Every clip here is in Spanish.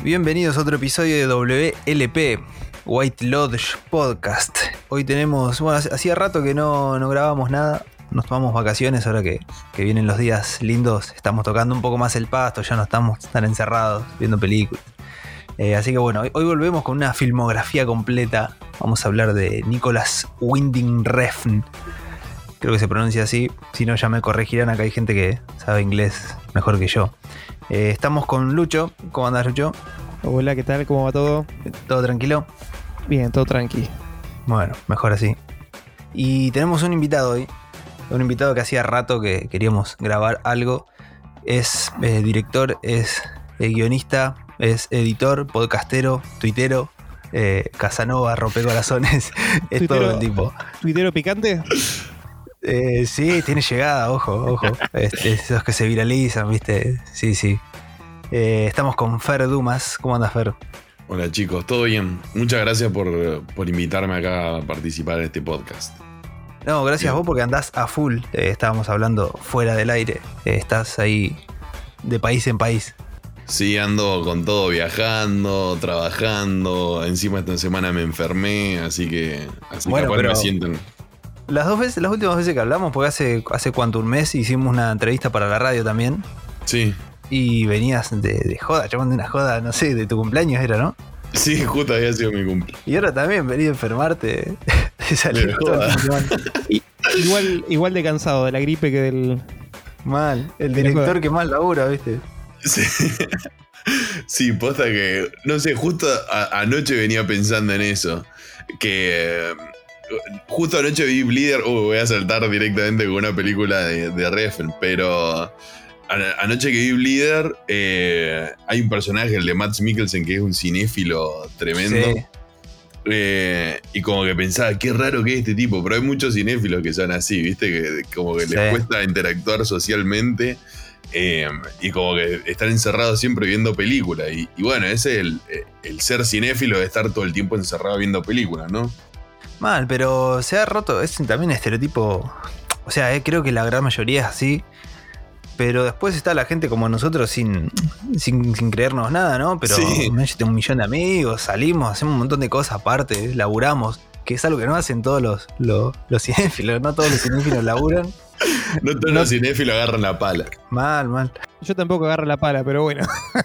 Bienvenidos a otro episodio de WLP, White Lodge Podcast. Hoy tenemos, hacía rato que no grabamos nada. Nos tomamos vacaciones ahora que vienen los días lindos. Estamos tocando un poco más el pasto, ya no estamos tan encerrados viendo películas. Así que bueno, hoy volvemos con una filmografía completa. Vamos a hablar de Nicolas Winding Refn. Creo que se pronuncia así. Si no, ya me corregirán. Acá hay gente que sabe inglés mejor que yo. Estamos con Lucho. ¿Cómo andás, Lucho? Hola, ¿qué tal? ¿Cómo va todo? ¿Todo tranquilo? Bien, todo tranqui. Bueno, mejor así. Y tenemos un invitado hoy. Un invitado que hacía rato que queríamos grabar algo. Es director, es guionista, es editor, podcastero, tuitero, Casanova, rompecorazones. Es todo el tipo. ¿Tuitero picante? Sí, tiene llegada, ojo. Esos que se viralizan, ¿viste? Sí. Estamos con Fer Dumas. ¿Cómo andas, Fer? Hola, chicos, ¿todo bien? Muchas gracias por invitarme acá a participar en este podcast. No, gracias a vos porque andás a full. Estábamos hablando fuera del aire. Estás ahí de país en país. Sí, ando con todo, viajando, trabajando. Encima esta semana me enfermé, así que capaz me sienten. Las últimas veces que hablamos, porque hace cuánto, un mes, hicimos una entrevista para la radio también. Sí. Y venías de joda, chabón, de una joda, no sé, de tu cumpleaños era, ¿no? Sí, justo había sido mi cumple. Y ahora también venís a enfermarte. De joda. Igual de cansado de la gripe que del... Mal, el director que más labura, ¿viste? Sí. Sí, posta que, no sé, justo anoche venía pensando en eso. Que... Justo anoche vi Bleeder. Voy a saltar directamente con una película de Refn, pero anoche que vi Bleeder, hay un personaje, el de Mads Mikkelsen, que es un cinéfilo tremendo. Sí. Y como que pensaba, qué raro que es este tipo, pero hay muchos cinéfilos que son así, ¿viste? Que como que les cuesta interactuar socialmente. Y como que están encerrados siempre viendo películas. Y bueno, ese es el ser cinéfilo, de estar todo el tiempo encerrado viendo películas, ¿no? Mal, pero se ha roto, es también estereotipo. O sea, creo que la gran mayoría es así. Pero después está la gente como nosotros sin creernos nada, ¿no? Pero sí. Yo tengo un millón de amigos, salimos, hacemos un montón de cosas aparte, laburamos. Que es algo que no hacen todos los cinéfilos, no todos los cinéfilos laburan. No todos los cinéfilos agarran la pala. Mal. Yo tampoco agarro la pala, pero bueno.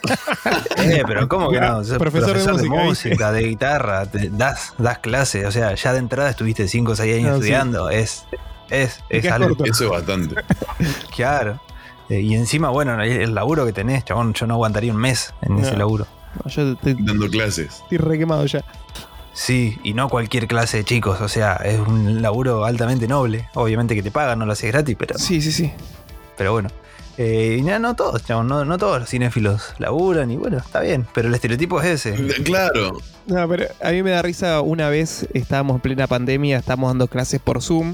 Pero ¿cómo que no? Profesor de música, de guitarra, das clases. O sea, ya de entrada estuviste 5 o 6 años estudiando. Sí. Es algo. Corto. Eso es bastante. Claro. Y encima, bueno, el laburo que tenés, chabón, yo no aguantaría un mes en ese laburo. Yo estoy dando clases. Estoy requemado ya. Sí, y no cualquier clase de chicos, o sea, es un laburo altamente noble. Obviamente que te pagan, no lo haces gratis, pero... Sí. Pero bueno, y no todos, chabón, no todos los cinéfilos laburan y bueno, está bien, pero el estereotipo es ese. Claro. No, pero a mí me da risa, una vez estábamos en plena pandemia, estábamos dando clases por Zoom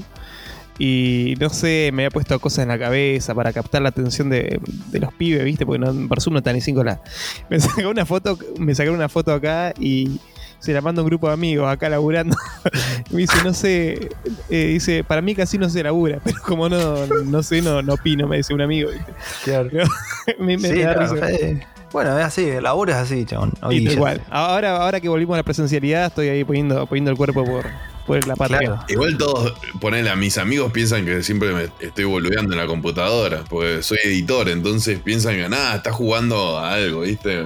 y no sé, me había puesto cosas en la cabeza para captar la atención de los pibes, ¿viste? Porque por Zoom no están ni 5 la... Me sacaron una foto acá y... Se la manda un grupo de amigos acá laburando. Me dice, no sé. Dice, para mí casi no se labura. Pero como no sé, no opino, me dice un amigo. Claro. me da risa. Bueno, es así, el laburo es así, chabón. Igual. Ahora que volvimos a la presencialidad, estoy ahí poniendo el cuerpo por la patria. Claro. Igual todos, ponele, a mis amigos piensan que siempre me estoy boludeando en la computadora. Porque soy editor, entonces piensan que está jugando a algo, ¿viste?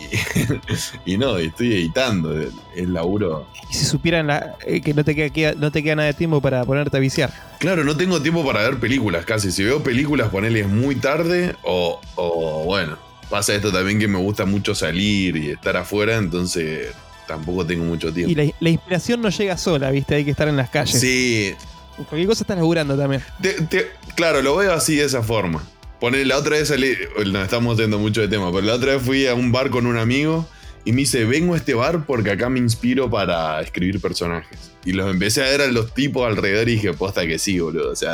Y no, estoy editando el laburo. Y si supieran que no te queda nada de tiempo para ponerte a viciar. Claro, no tengo tiempo para ver películas casi. Si veo películas, ponele, es muy tarde o bueno, pasa esto también que me gusta mucho salir y estar afuera, entonces tampoco tengo mucho tiempo. Y la inspiración no llega sola, ¿viste? Hay que estar en las calles. Sí. Cualquier cosa estás laburando también. Claro, lo veo así, de esa forma. Poner, la otra vez salí, no estamos yendo mucho de tema, pero la otra vez fui a un bar con un amigo y me dice, vengo a este bar porque acá me inspiro para escribir personajes. Y los empecé a ver a los tipos alrededor y dije, posta que sí, boludo. O sea,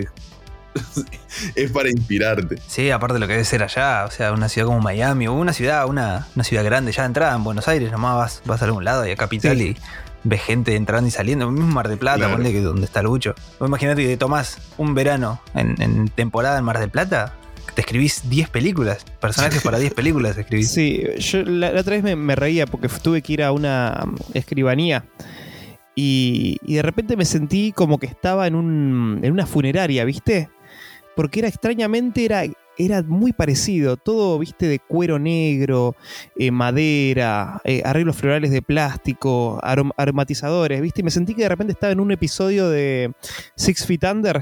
es para inspirarte. Sí, aparte de lo que debe ser allá, o sea, una ciudad como Miami o una ciudad grande, ya de entrada en Buenos Aires, nomás vas a algún lado y a Capital y ves gente entrando y saliendo, mismo Mar del Plata, claro. Ponle que donde está Lucho. Vos imaginate que tomás un verano en temporada en Mar del Plata, te escribís 10 películas, personajes para 10 películas escribís. Sí, yo la otra vez me reía porque tuve que ir a una escribanía y de repente me sentí como que estaba en una funeraria, ¿viste? Porque extrañamente era muy parecido, todo, viste, de cuero negro, madera, arreglos florales de plástico, aromatizadores, viste, y me sentí que de repente estaba en un episodio de Six Feet Under.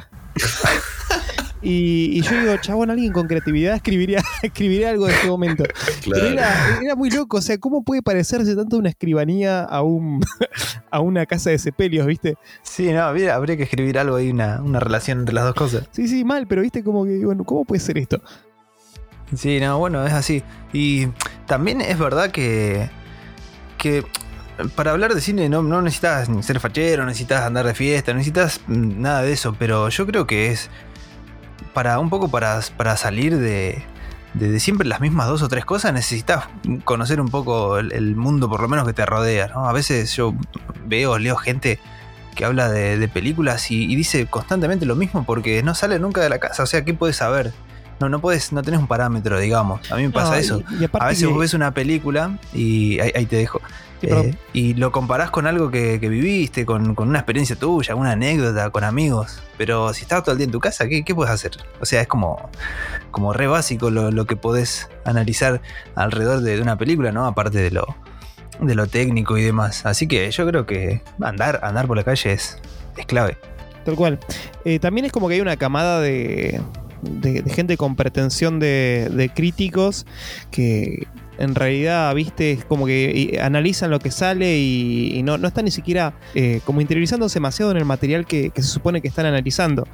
Y yo digo, chabón, alguien con creatividad escribiría algo de este momento. Claro. Pero era muy loco, o sea, ¿cómo puede parecerse tanto una escribanía a una casa de sepelios, viste? Sí, no, habría que escribir algo ahí, una relación entre las dos cosas. Sí, mal, pero viste como que, bueno, ¿cómo puede ser esto? Sí, no, bueno, es así. Y también es verdad que para hablar de cine no necesitas ni ser fachero, no necesitas andar de fiesta, no necesitas nada de eso, pero yo creo que es un poco para salir de siempre las mismas 2 o 3 cosas, necesitas conocer un poco el mundo, por lo menos que te rodea, ¿no? A veces yo leo gente que habla de películas y dice constantemente lo mismo porque no sale nunca de la casa. O sea, ¿qué puedes saber? No tenés un parámetro, digamos. A mí me pasa eso. Y a veces vos ves una película y ahí te dejo. Sí, y lo comparás con algo que viviste, con una experiencia tuya, una anécdota, con amigos. Pero si estás todo el día en tu casa, ¿qué puedes hacer? O sea, es como re básico lo que podés analizar alrededor de una película, ¿no? Aparte de lo técnico y demás. Así que yo creo que andar por la calle es clave. Tal cual. También es como que hay una camada de gente con pretensión de críticos que en realidad, viste, es como que analizan lo que sale y no están ni siquiera como interiorizándose demasiado en el material que se supone que están analizando.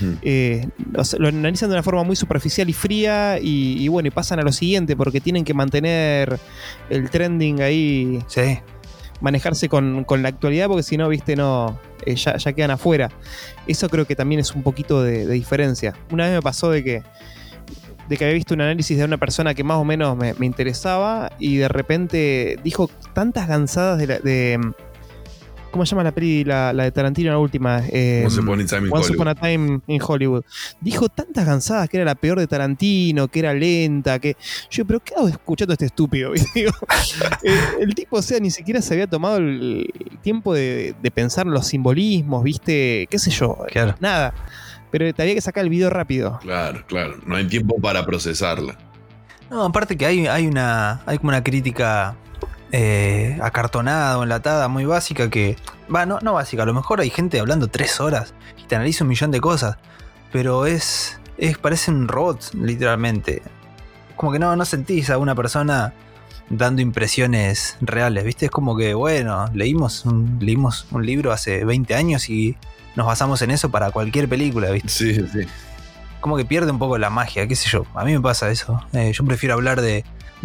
O sea, lo analizan de una forma muy superficial y fría y bueno, y pasan a lo siguiente porque tienen que mantener el trending ahí. Sí. Manejarse con la actualidad porque si no, viste, ya quedan afuera. Eso creo que también es un poquito de diferencia. Una vez me pasó de que había visto un análisis de una persona que más o menos me interesaba y de repente dijo tantas gansadas de ¿cómo se llama la peli? La de Tarantino, la última. Once Upon a Time in Hollywood. Dijo tantas gansadas que era la peor de Tarantino, que era lenta, que... Yo, ¿pero qué hago escuchando a este estúpido? Digo, el tipo, o sea, ni siquiera se había tomado el tiempo de pensar los simbolismos, ¿viste? ¿Qué sé yo? Claro. Nada. Pero te había que sacar el video rápido. Claro. No hay tiempo para procesarla. No, aparte que hay como una crítica acartonada o enlatada muy básica que... no básica, a lo mejor hay gente hablando 3 horas y te analiza 1.000.000 de cosas, pero parece un robot, literalmente. Como que no sentís a una persona dando impresiones reales, ¿viste? Es como que, bueno, leímos un libro hace 20 años y nos basamos en eso para cualquier película, ¿viste? Sí. Como que pierde un poco la magia, qué sé yo. A mí me pasa eso. Yo prefiero hablar de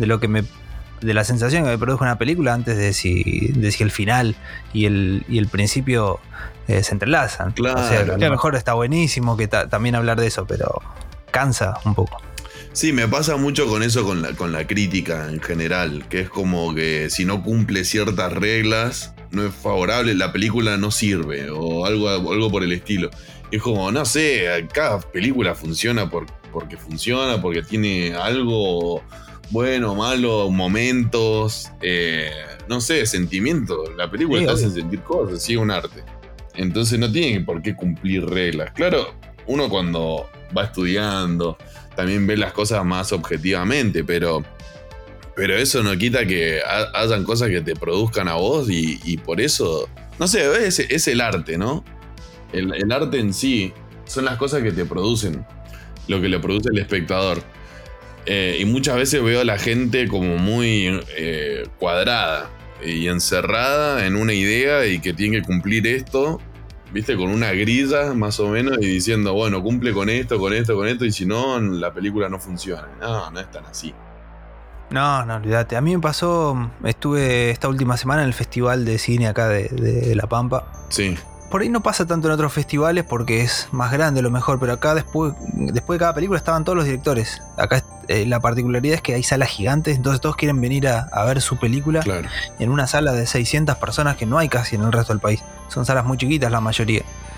la sensación que me produjo una película antes de si el final y el principio se entrelazan. Claro. O sea, a lo mejor está buenísimo que también hablar de eso, pero cansa un poco. Sí, me pasa mucho con eso, con la crítica en general, que es como que si no cumple ciertas reglas, no es favorable, la película no sirve, o algo por el estilo. Es como, no sé, cada película funciona porque funciona, porque tiene algo bueno, malo, momentos, no sé, sentimientos. La película sí, te hace sentir cosas, sí, es un arte. Entonces no tiene por qué cumplir reglas. Claro, uno cuando va estudiando también ve las cosas más objetivamente, pero eso no quita que hayan cosas que te produzcan a vos y por eso, no sé, es el arte, ¿no? El arte en sí son las cosas que te producen, lo que le produce el espectador. Y muchas veces veo a la gente como muy cuadrada y encerrada en una idea y que tiene que cumplir esto, viste, con una grilla más o menos y diciendo, bueno, cumple con esto y si no, la película no funciona. No es tan así. No, olvídate. A mí me pasó, estuve esta última semana en el festival de cine acá de La Pampa. Sí. Por ahí no pasa tanto en otros festivales porque es más grande lo mejor, pero acá después de cada película estaban todos los directores. Acá la particularidad es que hay salas gigantes, entonces todos quieren venir a ver su película. Claro. En una sala de 600 personas que no hay casi en el resto del país. Son salas muy chiquitas la mayoría.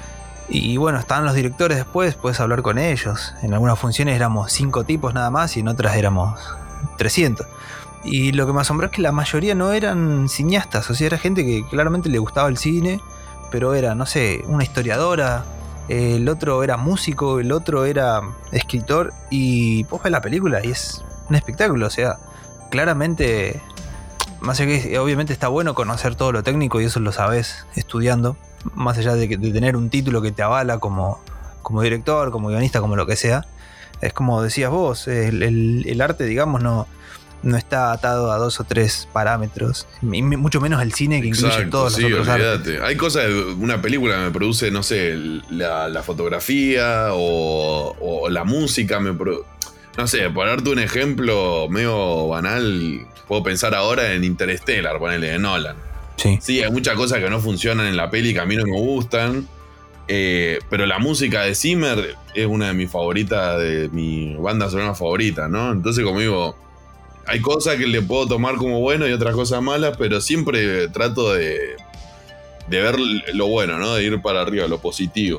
Y bueno, estaban los directores después, puedes hablar con ellos. En algunas funciones éramos 5 tipos nada más y en otras éramos 300. Y lo que me asombró es que la mayoría no eran cineastas, o sea, era gente que claramente le gustaba el cine, pero era, no sé, una historiadora, el otro era músico, el otro era escritor, y vos ves la película y es un espectáculo, o sea, claramente, más allá que obviamente está bueno conocer todo lo técnico y eso lo sabés estudiando, más allá de tener un título que te avala como director, como guionista, como lo que sea, es como decías vos, el arte, digamos, no está atado a 2 o 3 parámetros, y mucho menos el cine que incluye todos los otros artes. Hay cosas de una película me produce, no sé, la fotografía o la música no sé, por darte un ejemplo medio banal, puedo pensar ahora en Interstellar, ponele, de Nolan. Sí, hay muchas cosas que no funcionan en la peli que a mí no me gustan, pero la música de Zimmer es una de mis favoritas, de mi banda sonora favorita, ¿no? Entonces, como digo, hay cosas que le puedo tomar como bueno y otras cosas malas, pero siempre trato de ver lo bueno, ¿no? De ir para arriba, lo positivo.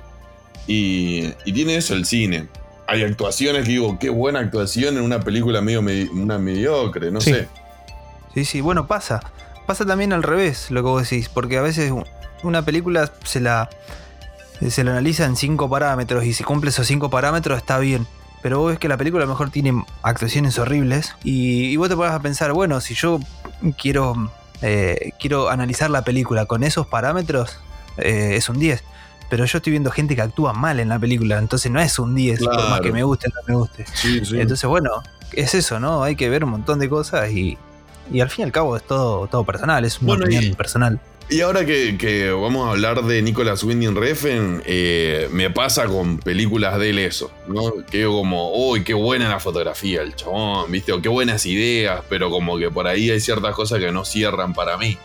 Y tiene eso el cine. Hay actuaciones que digo, qué buena actuación en una película una mediocre, no sé. Sí, bueno, pasa también al revés lo que vos decís, porque a veces una película se la analiza en 5 parámetros y si cumple esos 5 parámetros está bien. Pero vos ves que la película a lo mejor tiene actuaciones horribles y vos te pones a pensar, bueno, si yo quiero analizar la película con esos parámetros, es un 10. Pero yo estoy viendo gente que actúa mal en la película, entonces no es un 10, claro, por más que me guste o no me guste. Sí. Entonces, bueno, es eso, ¿no? Hay que ver un montón de cosas y al fin y al cabo es todo personal, es una opinión personal. Y ahora que vamos a hablar de Nicolas Winding Refn, me pasa con películas de él eso, ¿no? Que digo como, uy, qué buena la fotografía el chabón, ¿viste? O qué buenas ideas, pero como que por ahí hay ciertas cosas que no cierran para mí.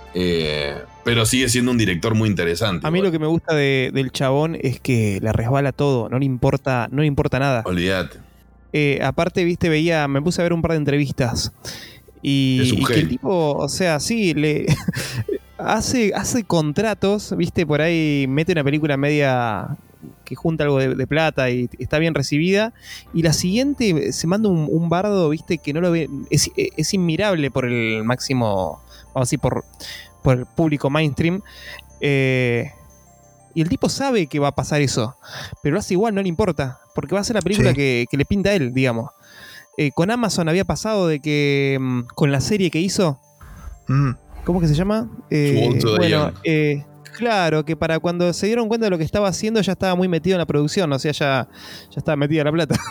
Pero sigue siendo un director muy interesante. A mí lo que me gusta del chabón es que le resbala todo, no le importa nada. Olvídate. Aparte, viste, me puse a ver un par de entrevistas y que el tipo, o sea, sí, le... Hace contratos, viste, por ahí mete una película media que junta algo de plata y está bien recibida, y la siguiente se manda un bardo, viste, que no lo ve, es inmirable por el máximo, vamos a decir, por el público mainstream, y el tipo sabe que va a pasar eso, pero lo hace igual, no le importa, porque va a ser la película que le pinta a él, digamos. Con Amazon había pasado de que con la serie que hizo... ¿Cómo que se llama? Bueno, claro, que para cuando se dieron cuenta de lo que estaba haciendo ya estaba muy metido en la producción, o sea, ya estaba metida la plata.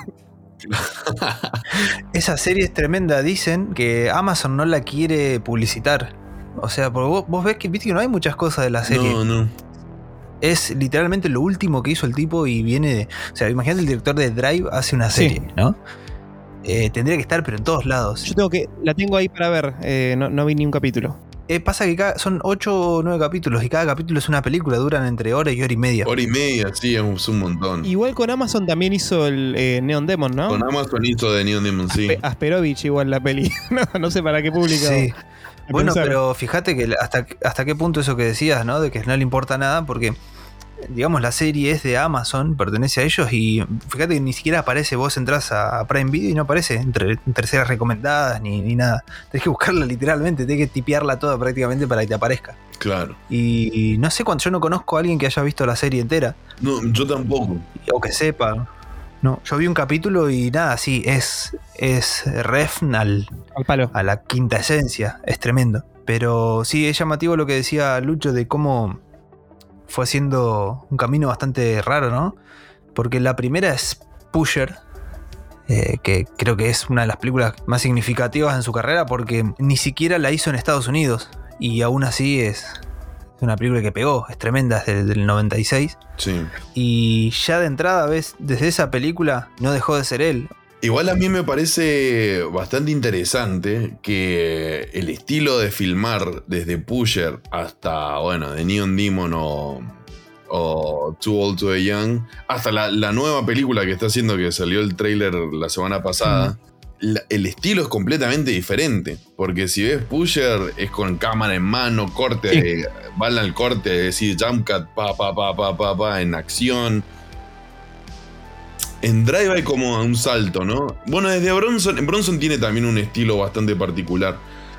Esa serie es tremenda, dicen que Amazon no la quiere publicitar. O sea, porque vos ves que, viste, que no hay muchas cosas de la serie. No. Es literalmente lo último que hizo el tipo y viene... O sea, imagínate, el director de Drive hace una serie, ¿no? Tendría que estar, pero en todos lados. Yo la tengo ahí para ver, no vi ni un capítulo. Pasa que son 8 o 9 capítulos y cada capítulo es una película, duran entre hora y media. Hora y media, sí, es un montón. Igual con Amazon también hizo el Neon Demon, ¿no? Con Amazon hizo de Neon Demon, sí. Asperovich igual la peli. no sé para qué público. Sí. Bueno, pero fíjate que hasta qué punto eso que decías, ¿no? De que no le importa nada, porque digamos la serie es de Amazon, pertenece a ellos, y fíjate que ni siquiera aparece, vos entras a Prime Video y no aparece en terceras recomendadas ni nada. Tenés que buscarla literalmente, tenés que tipearla toda prácticamente para que te aparezca. Claro. Y no sé cuánto, yo no conozco a alguien que haya visto la serie entera. No, yo tampoco. O que sepa. No, yo vi un capítulo y nada, sí, es Refn al palo, a la quinta esencia, es tremendo. Pero sí, es llamativo lo que decía Lucho de cómo fue haciendo un camino bastante raro, ¿no? Porque la primera es Pusher, que creo que es una de las películas más significativas en su carrera porque ni siquiera la hizo en Estados Unidos y aún así es una película que pegó, es tremenda, es del 96. Sí. Y ya de entrada ves, desde esa película no dejó de ser él. Igual a mí me parece bastante interesante que el estilo de filmar desde Pusher hasta, bueno, de Neon Demon o Too Old to the Young, hasta la nueva película que está haciendo, que salió el tráiler la semana pasada, el estilo es completamente diferente. Porque si ves Pusher, es con cámara en mano, corte, bala al corte, es decir, jump cut, pa, en acción. En Drive hay como un salto, ¿no? Bueno, desde Bronson tiene también un estilo bastante particular.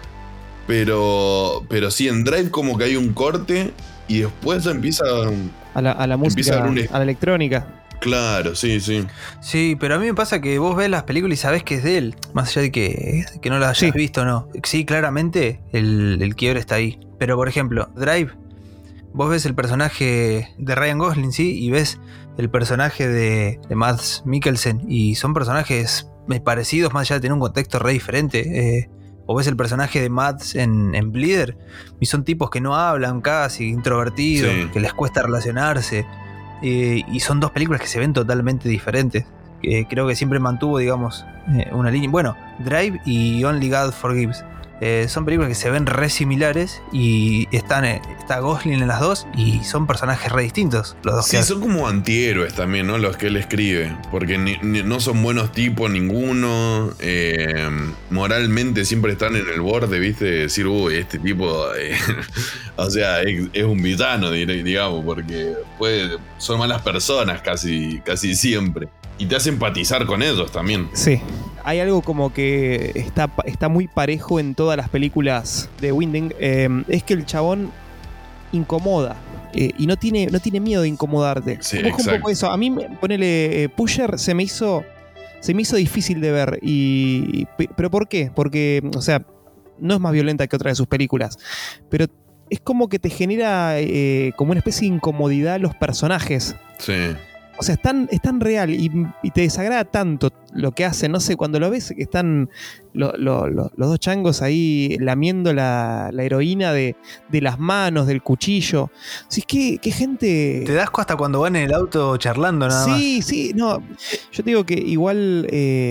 Pero sí, en Drive como que hay un corte y después empieza a la música, a la electrónica. Claro, sí. Sí, pero a mí me pasa que vos ves las películas y sabés que es de él, más allá de que no las hayas visto o no. Sí, claramente el quiebre está ahí. Pero por ejemplo, Drive, vos ves el personaje de Ryan Gosling, ¿sí? Y ves el personaje de Mads Mikkelsen y son personajes parecidos, más allá de tener un contexto re diferente. O ves el personaje de Mads en Bleeder y son tipos que no hablan casi, introvertidos, que les cuesta relacionarse. Y son dos películas que se ven totalmente diferentes. Creo que siempre mantuvo, digamos, una línea. Bueno, Drive y Only God Forgives. Son películas que se ven re similares y está Gosling en las dos y son personajes re distintos los dos. Sí, son como antihéroes también, ¿no? Los que él escribe, porque no son buenos tipos ninguno, moralmente siempre están en el borde, ¿viste? De decir, uy, este tipo, o sea, es un villano, digamos, porque son malas personas casi siempre. Y te hace empatizar con ellos también. Sí. Hay algo como que está muy parejo en todas las películas de Winding. Es que el chabón incomoda. Y no tiene miedo de incomodarte. Sí, un poco eso. A mí, ponele, Pusher se me hizo difícil de ver. ¿Pero por qué? Porque, o sea, no es más violenta que otra de sus películas. Pero es como que te genera como una especie de incomodidad los personajes. Sí. O sea, es tan real y te desagrada tanto lo que hacen. No sé, cuando lo ves que están los dos changos ahí lamiendo la heroína de las manos, del cuchillo. Sí, es que gente... Te das asco hasta cuando van en el auto charlando nada más. Sí, no. Yo te digo que igual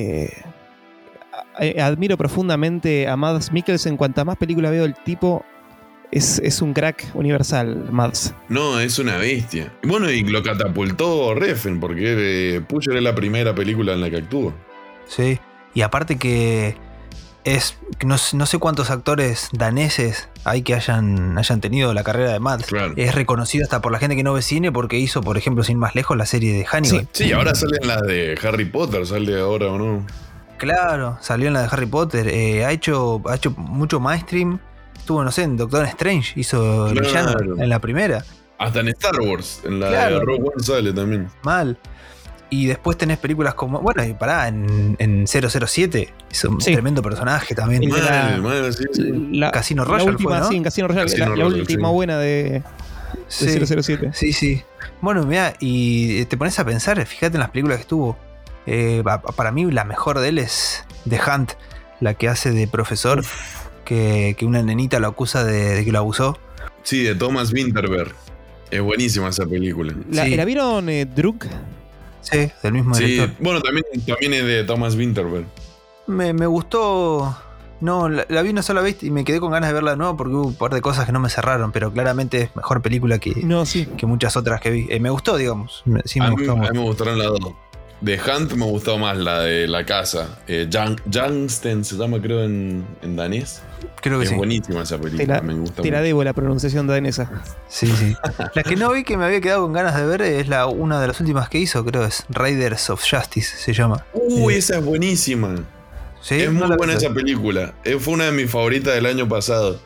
admiro profundamente a Mads Mikkelsen. Cuanta más películas veo del tipo... Es un crack universal, Mads. No, es una bestia. Bueno, y lo catapultó Refn, porque Pusher es la primera película en la que actúa. Sí, y aparte que no sé cuántos actores daneses hay que hayan tenido la carrera de Mads. Claro. Es reconocido hasta por la gente que no ve cine porque hizo, por ejemplo, sin más lejos, la serie de Hannibal. Sí, ahora salen las de Harry Potter, sale ahora o no. Claro, salió en la de Harry Potter. Ha hecho mucho mainstream. Estuvo, no sé, en Doctor Strange, hizo el villano en la primera. Hasta en Star Wars, en la de Rogue One sale también. Mal. Y después tenés películas como... Bueno, y pará, en 007 es un tremendo personaje también. Mal, sí. Casino Royale la última, fue, ¿no? Sí, en Casino Royale, la última buena de 007. Sí. Bueno, mirá, y te pones a pensar, fíjate en las películas que estuvo. Para mí la mejor de él es The Hunt, la que hace de profesor... Que una nenita lo acusa de que lo abusó. Sí, de Thomas Vinterberg. Es buenísima esa película. ¿La vieron Druk? Sí, del mismo director. Bueno, también es de Thomas Vinterberg. Me gustó. No, la vi una sola vez y me quedé con ganas de verla de nuevo porque hubo un par de cosas que no me cerraron, pero claramente es mejor película que muchas otras que vi. Me gustó, digamos. Sí, me gustó. A mí me gustaron las dos. De Hunt me gustó más la de la casa. Jangsten se llama, creo, en danés. Creo que es sí. Buenísima esa película, me gusta mucho. La debo la pronunciación danesa. Sí. La que no vi que me había quedado con ganas de ver es una de las últimas que hizo, creo es Raiders of Justice, se llama. Esa es buenísima. ¿Sí? Es muy buena esa película. Fue una de mis favoritas del año pasado.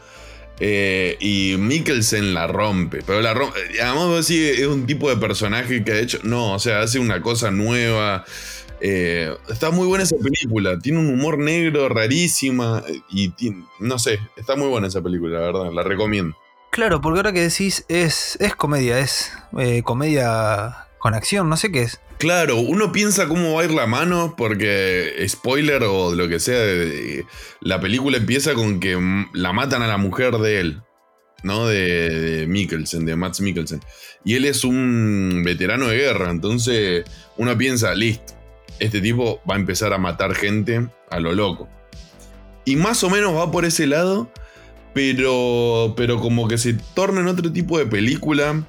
Y Mikkelsen la rompe. Pero la rompe. Además, vos decís, es un tipo de personaje que ha hecho. No, o sea, hace una cosa nueva. Está muy buena esa película. Tiene un humor negro rarísima. Y no sé, está muy buena esa película, la verdad. La recomiendo. Claro, porque ahora que decís, es comedia. Es comedia con acción, no sé qué es. Claro, uno piensa cómo va a ir la mano porque, spoiler o lo que sea, la película empieza con que la matan a la mujer de él, ¿no? De Mikkelsen, de Mads Mikkelsen. Y él es un veterano de guerra, entonces uno piensa, listo, este tipo va a empezar a matar gente a lo loco. Y más o menos va por ese lado, pero como que se torna en otro tipo de película.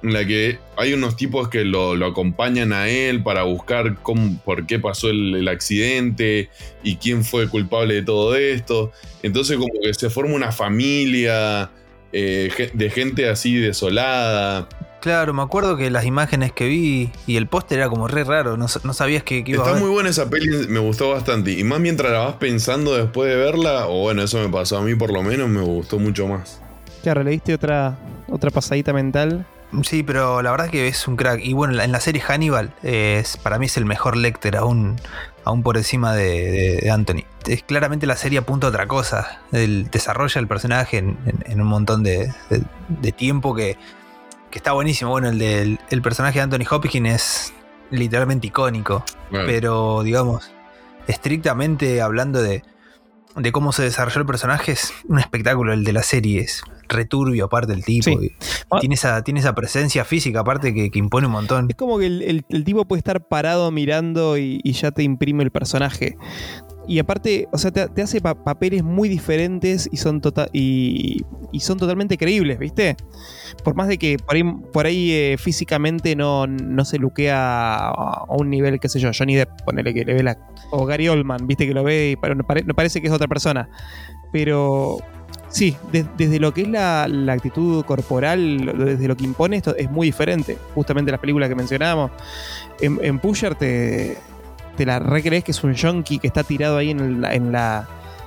en la que hay unos tipos que lo acompañan a él para buscar por qué pasó el accidente y quién fue culpable de todo esto. Entonces como que se forma una familia de gente así desolada. Claro, me acuerdo que las imágenes que vi y el póster era como re raro, no sabías que iba a Está ver. muy buena esa peli, me gustó bastante. Y más mientras la vas pensando después de verla, o bueno, eso me pasó a mí por lo menos, me gustó mucho más. Claro, le diste otra pasadita mental. Sí, pero la verdad es que es un crack. Y bueno, en la serie Hannibal, para mí es el mejor Lecter, aún por encima de Anthony. Es claramente la serie apunta a otra cosa. Desarrolla el personaje en un montón de tiempo que está buenísimo. Bueno, el personaje de Anthony Hopkins es literalmente icónico. Bueno. Pero, digamos, estrictamente hablando de cómo se desarrolló el personaje, es un espectáculo el de la serie. Es returbio aparte el tipo. Sí. Y tiene esa presencia física aparte que impone un montón. Es como que el tipo puede estar parado mirando y ya te imprime el personaje. Y aparte, o sea, te hace papeles muy diferentes y son totalmente creíbles, ¿viste? Por más de que por ahí físicamente no se luquea a un nivel, qué sé yo, Johnny Depp, ponele que le ve o Gary Oldman, ¿viste? Que lo ve y no parece que es otra persona. Pero sí, desde lo que es la actitud corporal, desde lo que impone esto, es muy diferente. Justamente las películas que mencionábamos, en Pusher te la recrees que es un yonki que está tirado ahí en la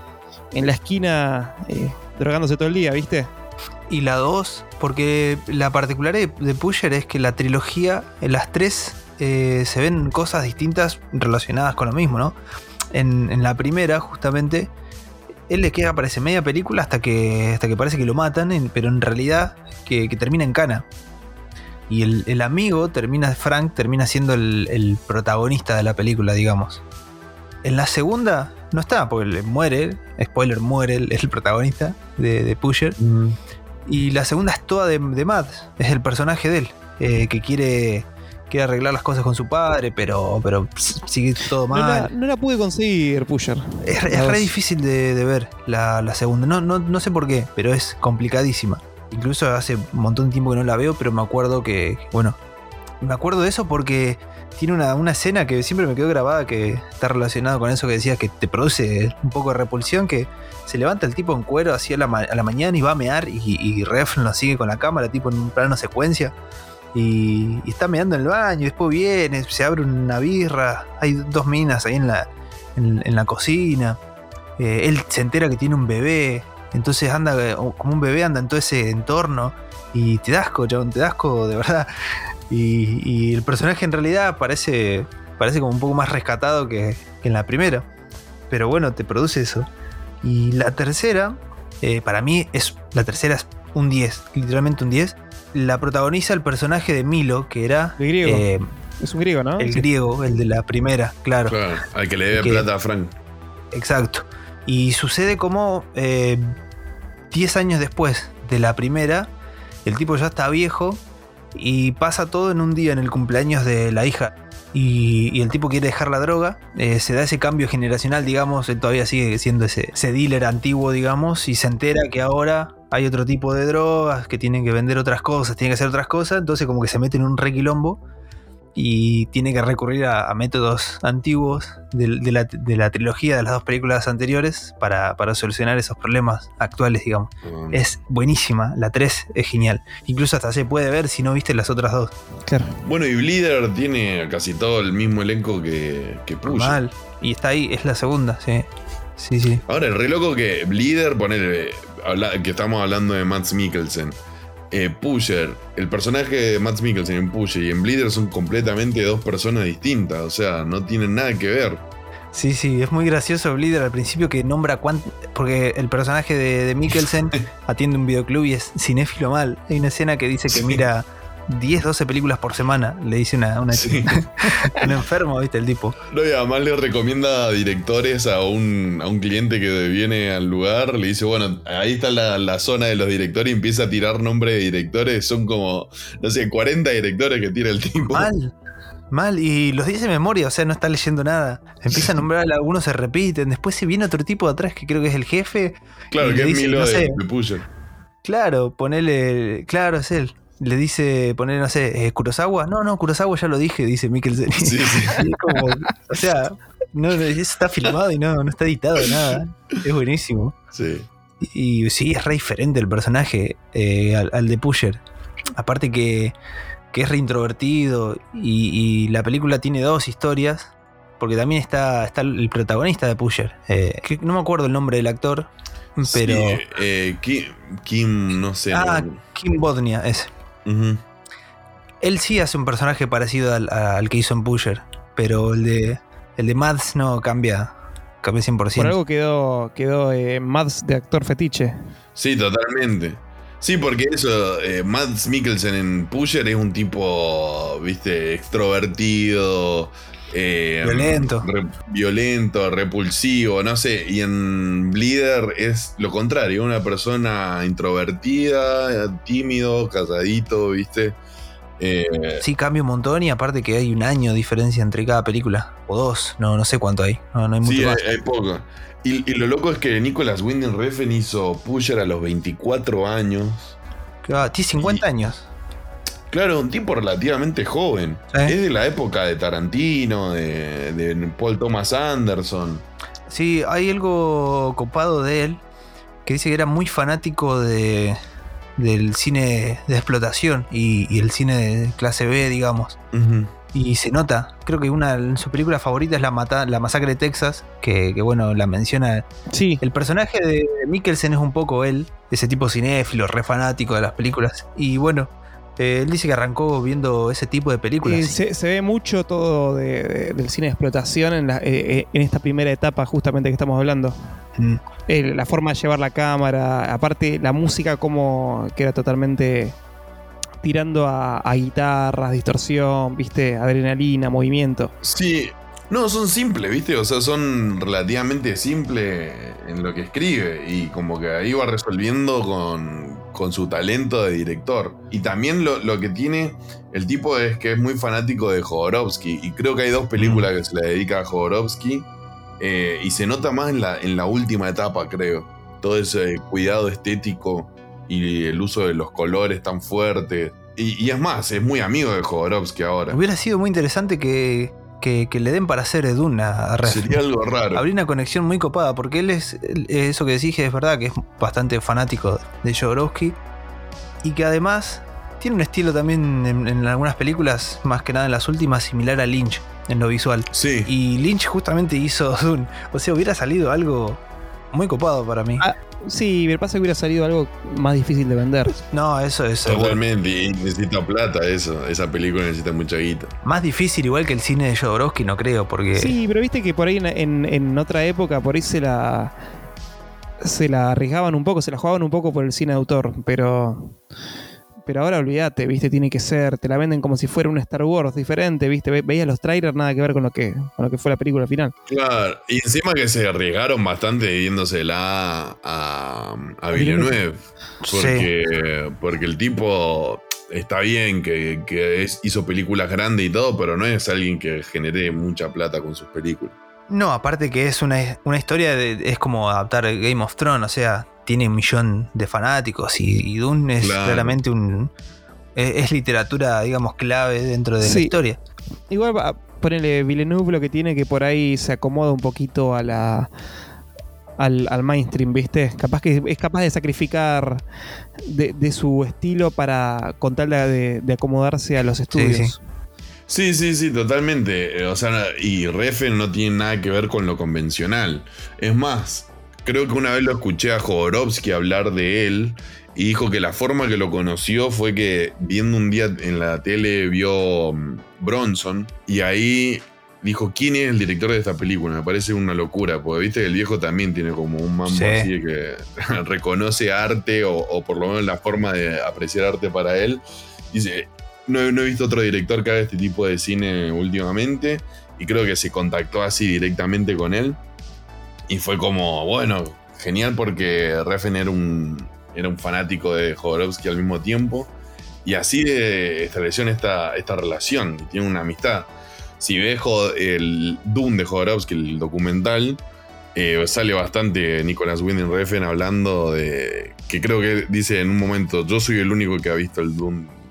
esquina drogándose todo el día, ¿viste? Y la 2, porque la particularidad de Pusher es que la trilogía, en las 3, se ven cosas distintas relacionadas con lo mismo, ¿no? En la primera, justamente, él le queda, parece, media película hasta que parece que lo matan, pero en realidad que termina en cana. Y el amigo Frank termina siendo el protagonista de la película, digamos. En la segunda no está, porque muere, spoiler, muere el protagonista de Pusher. Y la segunda es toda de Matt, es el personaje de él, que quiere arreglar las cosas con su padre, pero sigue todo mal. No la pude conseguir, Pusher. Es re difícil de ver la segunda, no sé por qué, pero es complicadísima. Incluso hace un montón de tiempo que no la veo, pero me acuerdo me acuerdo de eso porque tiene una escena que siempre me quedó grabada, que está relacionado con eso que decías, que te produce un poco de repulsión, que se levanta el tipo en cuero así a la mañana y va a mear, y Refn lo sigue con la cámara, tipo en un plano secuencia, y está meando en el baño, y después viene, se abre una birra, hay 2 minas ahí en la cocina, él se entera que tiene un bebé. Entonces anda como un bebé, anda en todo ese entorno y te da asco, chabón, te da asco de verdad. Y el personaje en realidad parece como un poco más rescatado que en la primera. Pero bueno, te produce eso. Y la tercera, para mí la tercera es un 10, literalmente un 10. La protagoniza el personaje de Milo, que era... El griego. Es un griego, ¿no? El griego, el de la primera, claro. Claro, al que le debe plata a Frank. Exacto. Y sucede como 10 años después de la primera, el tipo ya está viejo y pasa todo en un día, en el cumpleaños de la hija. Y el tipo quiere dejar la droga, se da ese cambio generacional, digamos, él todavía sigue siendo ese dealer antiguo, digamos, y se entera que ahora hay otro tipo de drogas, que tienen que vender otras cosas, tienen que hacer otras cosas, entonces como que se mete en un requilombo y tiene que recurrir a métodos antiguos de la trilogía de las 2 películas anteriores para solucionar esos problemas actuales, digamos. Es buenísima, la 3 es genial. Incluso hasta se puede ver si no viste las otras 2. Claro. Bueno, y Bleeder tiene casi todo el mismo elenco que Pusher. Mal. Y está ahí, es la segunda, sí. Sí. Ahora, el re loco que Bleeder, que estamos hablando de Mads Mikkelsen. Pusher, el personaje de Mads Mikkelsen en Pusher y en Bleeder son completamente 2 personas distintas, o sea, no tienen nada que ver. Sí, es muy gracioso Bleeder al principio, que nombra porque el personaje de Mikkelsen atiende un videoclub y es cinéfilo mal. Hay una escena que dice que mira 10, 12 películas por semana, le dice una chica. Un enfermo, ¿viste? El tipo. No, y además le recomienda directores a un cliente que viene al lugar, le dice, bueno, ahí está la zona de los directores, y empieza a tirar nombres de directores, son como, no sé, 40 directores que tira el tipo. Mal, y los dice de memoria, o sea, no está leyendo nada. Empieza a nombrar, algunos se repiten, después se viene otro tipo de atrás que creo que es el jefe. Claro, que es Milo de Pusher. Claro, ponele, claro, es él. le dice, poner, no sé, Kurosawa. No, Kurosawa ya lo dije, dice Mikkelsen. Sí, sí. Y como, o sea, no, eso está filmado y no está editado nada. Es buenísimo. Sí. Y sí, es re diferente el personaje al de Pusher. Aparte que es re introvertido y la película tiene dos historias. Porque también está el protagonista de Pusher. Que no me acuerdo el nombre del actor. Pero. Sí, Kim, no sé. Kim Bodnia, ese. Uh-huh. Él sí hace un personaje parecido al que hizo en Pusher. Pero el de Mads no cambia 100%. Por algo quedó Mads de actor fetiche. Sí, totalmente. Sí, porque eso, Mads Mikkelsen en Pusher es un tipo, viste, extrovertido. Violento, repulsivo, no sé. Y en Bleeder es lo contrario, una persona introvertida, tímido, calladito, ¿viste? Sí, cambia un montón y aparte que hay un año de diferencia entre cada película. O dos, no sé cuánto hay. No hay mucho más. Sí, hay poco. Y lo loco es que Nicolas Winding Refn hizo Pusher a los 24 años. Tiene 50 años. Claro, un tipo relativamente joven. ¿Sí? Es de la época de Tarantino, de Paul Thomas Anderson. Sí, hay algo copado de él que dice que era muy fanático del cine de explotación y el cine de clase B, digamos. Uh-huh. Y se nota, creo que su película favorita es la Masacre de Texas, que bueno, la menciona. Sí. El personaje de Mikkelsen es un poco él, ese tipo cinéfilo, re fanático de las películas. Y bueno, él dice que arrancó viendo ese tipo de películas. Se ve mucho todo del cine de explotación en esta primera etapa justamente que estamos hablando. La forma de llevar la cámara, aparte la música como que era totalmente tirando a guitarras, distorsión, viste, adrenalina, movimiento. Sí, no, son simples, viste, o sea, son relativamente simples en lo que escribe y como que ahí va resolviendo con su talento de director. Y también lo que tiene el tipo es que es muy fanático de Jodorowsky y creo que hay dos películas que se le dedica a Jodorowsky y se nota más en la última etapa, creo. Todo ese cuidado estético y el uso de los colores tan fuertes. Y es más, es muy amigo de Jodorowsky ahora. Hubiera sido muy interesante que le den para hacer Dune a Refn. Sería algo raro. Habría una conexión muy copada, porque él es, eso que decís, es verdad que es bastante fanático de Jodorowsky. Y que además tiene un estilo también en algunas películas, más que nada en las últimas, similar a Lynch en lo visual. Sí. Y Lynch justamente hizo Dune. O sea, hubiera salido algo muy copado para mí. Sí, me pasa que hubiera salido algo más difícil de vender. No, eso es. Totalmente, y necesita plata eso. Esa película necesita mucha guita. Más difícil igual que el cine de Jodorowsky, no creo, porque... Sí, pero viste que por ahí en otra época, por ahí se la arriesgaban un poco, se la jugaban un poco por el cine de autor, pero ahora olvídate, viste, tiene que ser, te la venden como si fuera un Star Wars diferente, viste, veías los trailers, nada que ver con lo que fue la película final. Claro, y encima que se arriesgaron bastante yéndosela a Villeneuve, porque el tipo está bien que hizo películas grandes y todo, pero no es alguien que genere mucha plata con sus películas. No, aparte que es una historia, es como adaptar Game of Thrones, o sea, tiene 1 millón de fanáticos y Dune es claramente es literatura, digamos, clave dentro de la historia. Igual, ponele Villeneuve, lo que tiene que por ahí se acomoda un poquito al mainstream, ¿viste? Es capaz de sacrificar de su estilo con tal de acomodarse a los estudios. Sí, totalmente. O sea, y Refn no tiene nada que ver con lo convencional. Es más, creo que una vez lo escuché a Jodorowsky hablar de él y dijo que la forma que lo conoció fue que viendo un día en la tele vio Bronson y ahí dijo, ¿quién es el director de esta película? Me parece una locura, porque viste que el viejo también tiene como un mambo así que reconoce arte o por lo menos la forma de apreciar arte para él. Dice... No he visto otro director que haga este tipo de cine últimamente y creo que se contactó así directamente con él y fue como, bueno, genial porque Refn era un fanático de Jodorowsky al mismo tiempo y así establecieron esta relación y tienen una amistad. Si ves el Dune de Jodorowsky, el documental, sale bastante Nicolas Winding Refn hablando de que creo que dice en un momento, yo soy el único que ha visto el Dune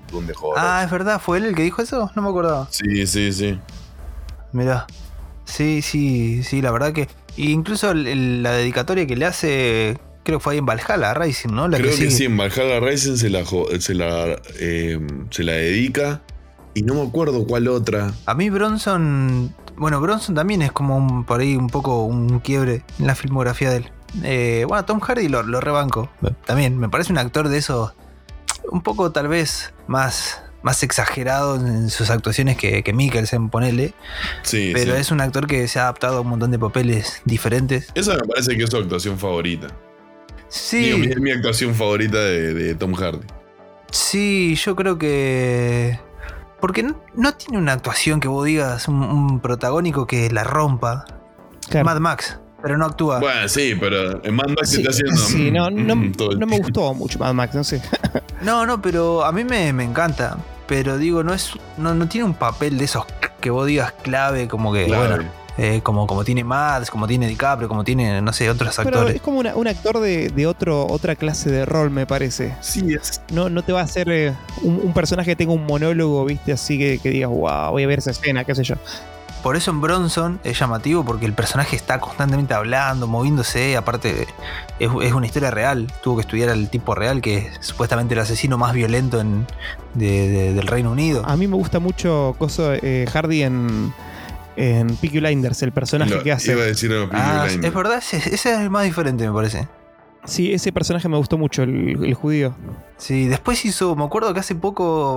un dejó. Ah, es verdad, ¿fue él el que dijo eso? No me acordaba. Sí. Mirá. Sí, la verdad que... Y incluso la dedicatoria que le hace, creo que fue ahí en Valhalla Rising, ¿no? Creo que sí, en Valhalla Rising se la dedica. Y no me acuerdo cuál otra. A mí Bronson... Bueno, Bronson también es como por ahí un poco un quiebre en la filmografía de él. Bueno, Tom Hardy lo rebanco. También me parece un actor de esos... Un poco tal vez más exagerado en sus actuaciones que Mikkelsen, ponele. Sí, pero sí. es un actor que se ha adaptado a un montón de papeles diferentes. Esa me parece que es su actuación favorita. Sí. Digo, es mi actuación favorita de Tom Hardy. Sí, yo creo que... Porque no tiene una actuación que vos digas, un protagónico que la rompa. Claro. Mad Max, pero no actúa. Bueno, sí, pero en Mad Max Sí, está haciendo... sí, todo no me gustó mucho Mad Max, no sé. No, pero a mí me encanta. Pero digo, no tiene un papel de esos que vos digas clave, como que, Clave. bueno, como tiene Mads, como tiene DiCaprio, como tiene, no sé, otros Pero actores. es como un actor de otra clase de rol, me parece. Sí, es... No te va a hacer un personaje que tenga un monólogo, viste, así que digas, wow, voy a ver esa escena, qué sé yo. Por eso en Bronson es llamativo, porque el personaje está constantemente hablando, moviéndose. Aparte, es una historia real. Tuvo que estudiar al tipo real, que es supuestamente el asesino más violento del Reino Unido. A mí me gusta mucho Hardy en Peaky Blinders, el personaje que hace. Iba a decir en Peaky Blinders. Es verdad, ese es el más diferente, me parece. Sí, ese personaje me gustó mucho, el judío. Sí, después hizo, me acuerdo que hace poco,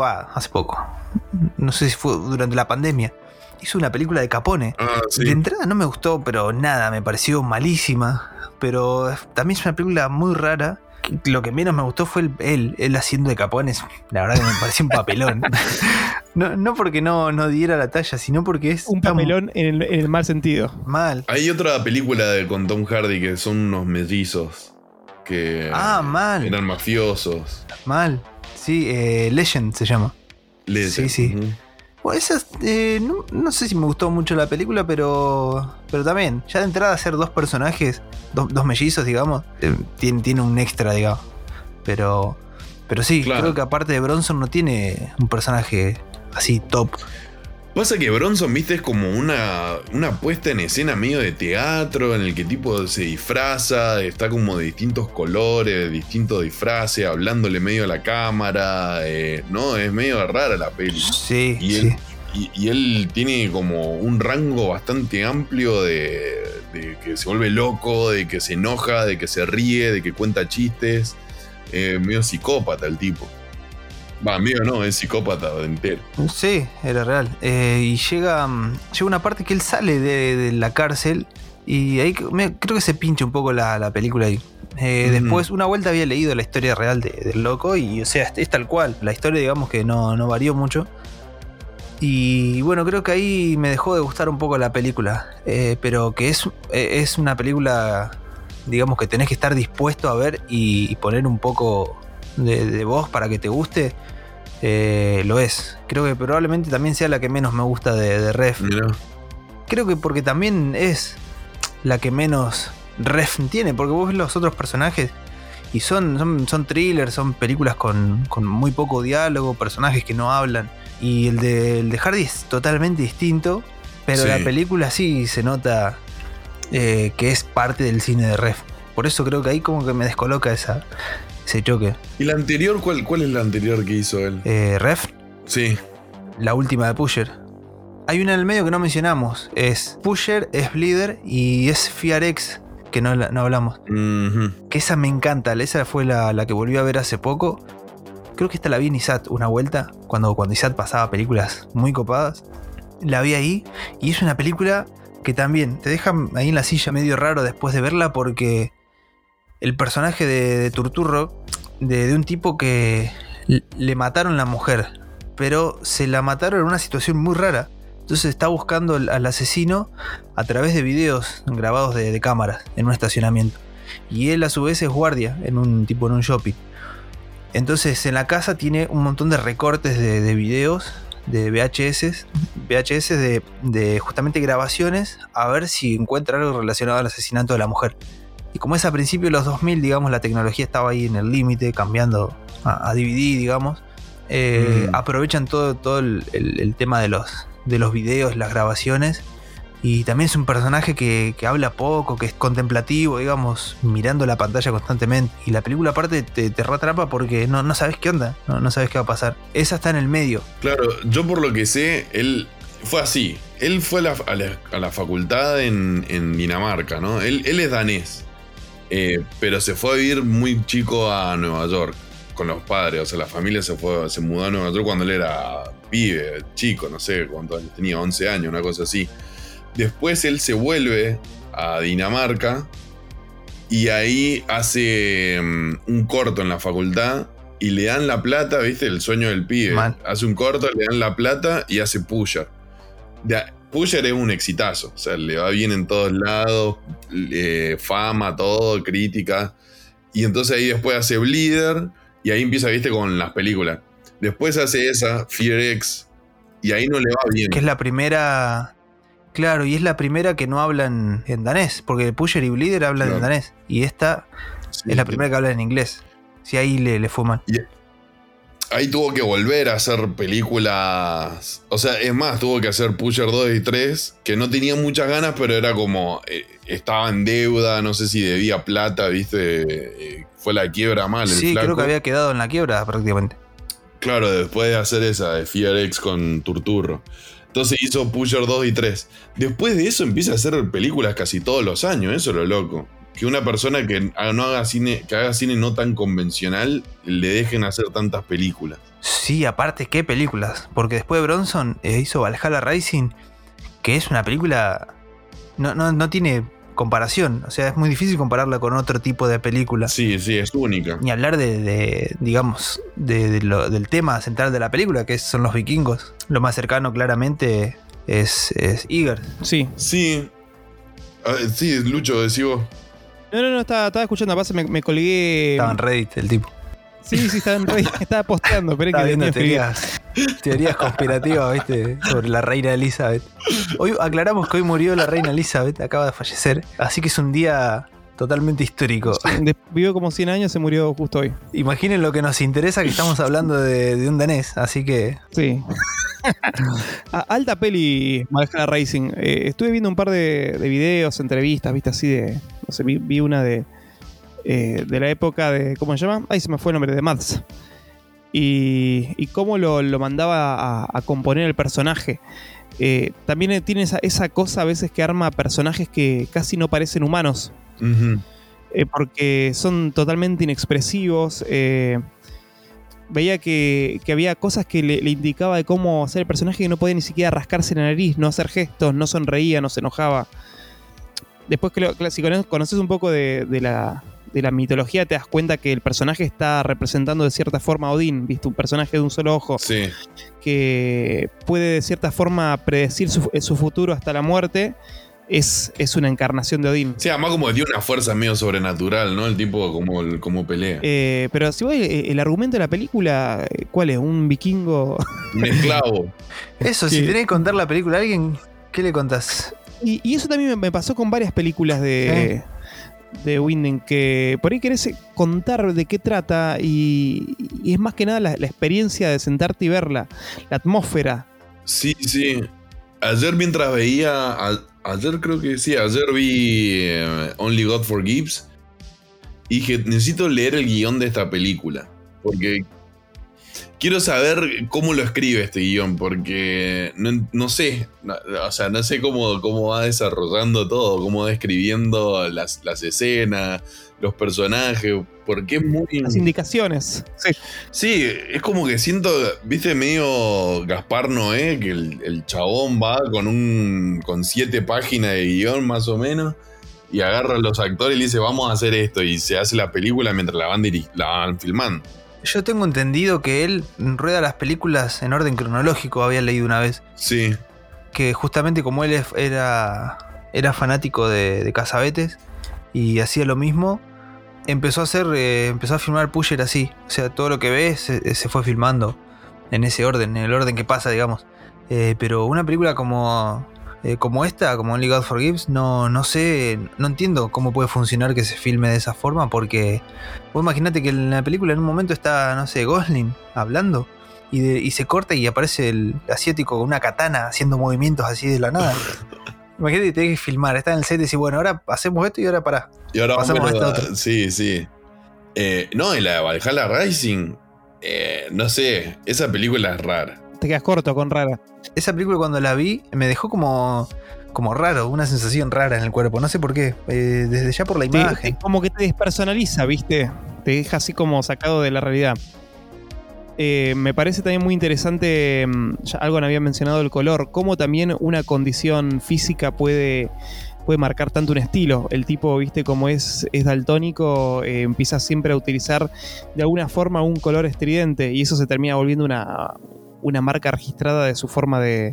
no sé si fue durante la pandemia, hizo una película de Capone. Ah, sí. De entrada no me gustó, pero nada, me pareció malísima. Pero también es una película muy rara. Lo que menos me gustó fue él haciendo de Capone. La verdad que me pareció un papelón. No porque no diera la talla, sino porque es Un tan papelón en el mal sentido. mal. Hay otra película con Tom Hardy que son unos mellizos que Mal. eran mafiosos. Mal. Sí, Legend se llama. Sí. Ujú. Bueno, no sé si me gustó mucho la película, pero también, ya de entrada hacer dos personajes, dos mellizos, digamos, tiene un extra, digamos. Pero sí, Claro. creo que aparte de Bronson no tiene un personaje así top. Pasa que Bronson, viste, es como una puesta en escena medio de teatro en el que tipo se disfraza, está como de distintos colores, distintos disfraces, hablándole medio a la cámara, ¿no? Es medio rara la peli. Sí, Y sí. él tiene como un rango bastante amplio de que se vuelve loco, de que se enoja, de que se ríe, de que cuenta chistes. Medio psicópata el tipo. Va, medio no, es psicópata entero. Sí, era real. Y llega una parte que él sale de la cárcel y ahí creo que se pincha un poco la película ahí. Después, una vuelta había leído la historia real del loco y, o sea, es tal cual. La historia, digamos que no varió mucho. Y bueno, creo que ahí me dejó de gustar un poco la película. Pero que es una película, digamos, que tenés que estar dispuesto a ver y poner un poco de voz para que te guste. Lo es. Creo que probablemente también sea la que menos me gusta de Ref. Mirá. Creo que porque también es la que menos Ref tiene. Porque vos ves los otros personajes y son thrillers, son películas con muy poco diálogo, personajes que no hablan. Y el de Hardy es totalmente distinto. Pero Sí. la película sí se nota que es parte del cine de Ref. Por eso creo que ahí como que me descoloca ese choque. ¿Y la anterior? ¿Cuál es la anterior que hizo él? Ref, Sí. la última de Pusher. Hay una en el medio que no mencionamos. Es Pusher, es Bleeder y es Fear X, que no hablamos. Ujú. Que esa me encanta. Esa fue la que volví a ver hace poco. Creo que esta la vi en ISAT una vuelta. Cuando ISAT pasaba películas muy copadas. La vi ahí. Y es una película que también te deja ahí en la silla medio raro después de verla. Porque el personaje de Turturro, de un tipo que le mataron la mujer. Pero se la mataron en una situación muy rara. Entonces está buscando al asesino a través de videos grabados de cámaras en un estacionamiento. Y él a su vez es guardia en un shopping. Entonces en la casa tiene un montón de recortes de videos, de VHS de justamente grabaciones, a ver si encuentra algo relacionado al asesinato de la mujer. Y como es a principios de los 2000, digamos, la tecnología estaba ahí en el límite, cambiando a DVD, digamos. Aprovechan todo el tema de los videos, las grabaciones. Y también es un personaje que habla poco, que es contemplativo, digamos, mirando la pantalla constantemente. Y la película aparte te reatrapa porque no sabes qué onda, no sabes qué va a pasar. Esa está en el medio. Claro, yo por lo que sé, él fue así. Él fue a la facultad en Dinamarca, ¿no? Él es danés, pero se fue a vivir muy chico a Nueva York con los padres. O sea, la familia se mudó a Nueva York cuando él era pibe, chico, no sé cuántos años tenía, 11 años, una cosa así. Después él se vuelve a Dinamarca y ahí hace un corto en la facultad y le dan la plata, ¿viste? El sueño del pibe. Man. Hace un corto, le dan la plata y hace Pusher. Pusher es un exitazo, o sea, le va bien en todos lados, fama, todo, crítica. Y entonces ahí después hace Bleeder y ahí empieza, ¿viste? Con las películas. Después hace esa, Fear X, y ahí no le va bien. Que es la primera... Claro, y es la primera que no hablan en danés, porque Pusher y Bleeder hablan en danés. Y esta es la primera que habla en inglés. Si ahí le fue mal. Y ahí tuvo que volver a hacer películas. O sea, es más, tuvo que hacer Pusher 2 y 3, que no tenía muchas ganas, pero era como... estaba en deuda, no sé si debía plata, ¿viste? Fue la quiebra mal, sí, el flaco. Creo que había quedado en la quiebra prácticamente. Claro, después de hacer esa de Fear X con Turturro. Entonces hizo Pusher 2 y 3. Después de eso empieza a hacer películas casi todos los años, eso es lo loco. Que una persona que no haga cine, que haga cine no tan convencional, le dejen hacer tantas películas. Sí, aparte, ¿qué películas? Porque después Bronson hizo Valhalla Rising, que es una película... No tiene comparación. O sea, es muy difícil compararla con otro tipo de película. Sí, es única. Ni hablar digamos, del tema central de la película, que son los vikingos. Lo más cercano, claramente, es Iger. Sí. Sí. Sí, Lucho, decís vos. No, estaba escuchando, aparte me colgué. Estaba en Reddit el tipo. Sí, estaba en Reddit, estaba posteando, pero estaba viendo teorías conspirativas, ¿viste? Sobre la reina Elizabeth. Hoy aclaramos que hoy murió la reina Elizabeth, acaba de fallecer, así que es un día totalmente histórico. Sí, vivió como 100 años, se murió justo hoy. Imaginen lo que nos interesa, que estamos hablando de un danés, así que... Sí. Alta peli Valhalla Rising. Estuve viendo un par de videos, entrevistas, viste, así de... No sé, vi una de la época de... ¿Cómo se llama? Ahí se me fue el nombre, de Mads. Y cómo lo mandaba a componer el personaje. También tiene esa cosa a veces que arma personajes que casi no parecen humanos. Uh-huh. Porque son totalmente inexpresivos. Veía que había cosas que le indicaba de cómo hacer el personaje, que no podía ni siquiera rascarse la nariz, no hacer gestos, no sonreía, no se enojaba. Después si conoces un poco de la mitología, te das cuenta que el personaje está representando de cierta forma a Odín, ¿viste? Un personaje de un solo ojo, sí, que puede de cierta forma predecir su futuro hasta la muerte. Es una encarnación de Odín. Sí, además como que tiene una fuerza medio sobrenatural, ¿no? El tipo como pelea. Pero si vos, el argumento de la película, ¿cuál es? ¿Un vikingo? Un esclavo. Eso, si tenés que contar la película a alguien, ¿qué le contás? Y eso también me pasó con varias películas de Winding, que por ahí querés contar de qué trata y es más que nada la experiencia de sentarte y verla, la atmósfera. Sí. Ayer mientras veía... Ayer vi Only God Forgives y dije, necesito leer el guión de esta película, porque quiero saber cómo lo escribe este guión, porque no sé, o sea, no sé cómo va desarrollando todo, cómo va describiendo las escenas, los personajes, porque es muy... Las indicaciones. Sí, es como que siento, viste, medio Gaspar Noé, que el chabón va con 7 páginas de guión más o menos, y agarra a los actores y le dice, vamos a hacer esto, y se hace la película mientras la van filmando. Yo tengo entendido que él rueda las películas en orden cronológico, había leído una vez. Sí. Que justamente como él era fanático de Casabetes y hacía lo mismo, empezó a filmar Pusher así. O sea, todo lo que ves se fue filmando en ese orden, en el orden que pasa, digamos. Pero una película como esta, como Only God Forgives, no sé, no entiendo cómo puede funcionar que se filme de esa forma, porque vos imaginate que en la película en un momento está, no sé, Gosling hablando y se corta y aparece el asiático con una katana haciendo movimientos así de la nada. Imagínate que tenés que filmar, está en el set y decís, bueno, ahora hacemos esto y ahora pará. Y ahora pasamos a esto otro. Sí, sí. No, y la de Valhalla Rising, no sé, esa película es rara. Te quedas corto con rara. Esa película cuando la vi me dejó como raro, una sensación rara en el cuerpo, no sé por qué, desde ya por la imagen. Como que te despersonaliza, ¿viste? Te deja así como sacado de la realidad. Me parece también muy interesante, ya algo había mencionado, el color, cómo también una condición física puede marcar tanto un estilo. El tipo, viste, como es daltónico, empieza siempre a utilizar de alguna forma un color estridente y eso se termina volviendo una marca registrada de su forma de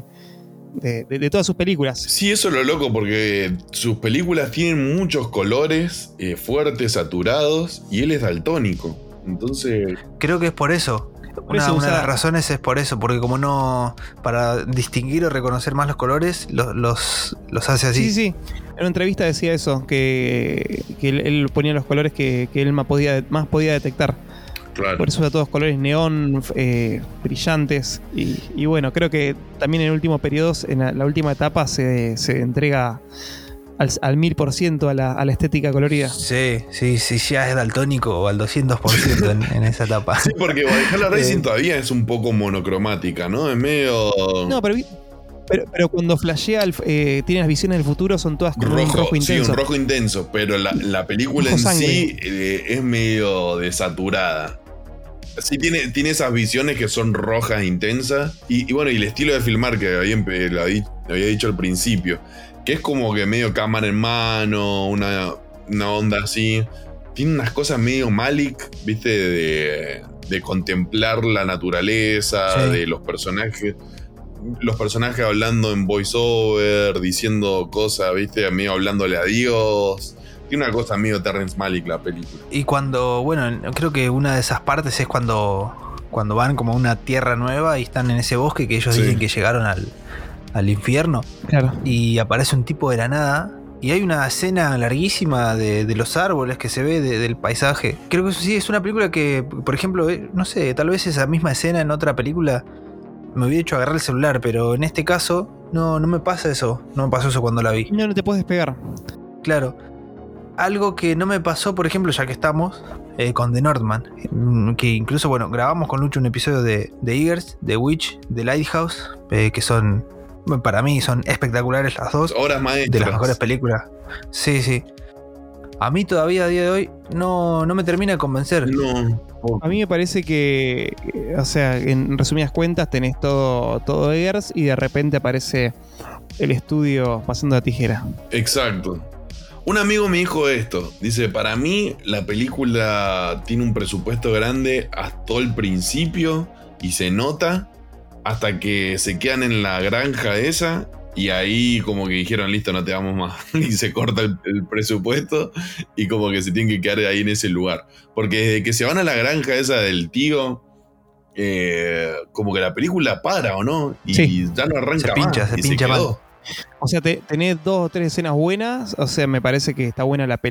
todas sus películas. Sí, eso es lo loco, porque sus películas tienen muchos colores fuertes, saturados, y él es daltónico. Entonces... Creo que es por eso. Una de las razones es por eso, porque como no, para distinguir o reconocer más los colores, los hace así. Sí. En una entrevista decía eso, que él ponía los colores que él más podía detectar. Claro. Por eso usa todos colores neón, brillantes. Y bueno, creo que también en el último periodo, en la última etapa, se entrega al 1000% a la estética colorida. Sí, ya es daltónico o al 200% en esa etapa. Sí, porque Valhalla Rising todavía es un poco monocromática, ¿no? Es medio... No, pero cuando flashea, tiene las visiones del futuro, son todas con un rojo intenso. Sí, un rojo intenso, pero la película en sí es medio desaturada. Sí, tiene esas visiones que son rojas intensas. Y bueno, y el estilo de filmar que lo había dicho al principio, que es como que medio cámara en mano, una onda así. Tiene unas cosas medio Malik, ¿viste? De contemplar la naturaleza, sí. De los personajes. Los personajes hablando en voiceover, diciendo cosas, ¿viste? Medio hablándole a Dios. Tiene una cosa medio Terrence Malick la película. Y creo que una de esas partes es cuando van como a una tierra nueva y están en ese bosque que ellos dicen que llegaron al infierno. Claro. Y aparece un tipo de la nada. Y hay una escena larguísima de los árboles que se ve del paisaje. Creo que eso sí es una película que, por ejemplo, no sé, tal vez esa misma escena en otra película me hubiera hecho agarrar el celular, pero en este caso no me pasa eso. No me pasó eso cuando la vi. No te puedes despegar. Claro. Algo que no me pasó, por ejemplo, ya que estamos, con The Northman, que incluso, bueno, grabamos con Lucho un episodio de Eagers, The Witch, The Lighthouse, que son, para mí, son espectaculares las dos. Obras maestras. De las mejores películas. Sí. A mí todavía a día de hoy no me termina de convencer. No. A mí me parece que, o sea, en resumidas cuentas tenés todo Eggers y de repente aparece el estudio pasando la tijera. Exacto. Un amigo me dijo esto. Dice, para mí la película tiene un presupuesto grande hasta el principio y se nota hasta que se quedan en la granja esa. Y ahí como que dijeron, listo, no te damos más. Y se corta el presupuesto y como que se tienen que quedar ahí en ese lugar. Porque desde que se van a la granja esa del tío, como que la película para, ¿o no? Y ya no arranca se pincha más. O sea, tenés 2 o 3 escenas buenas. O sea, me parece que está buena la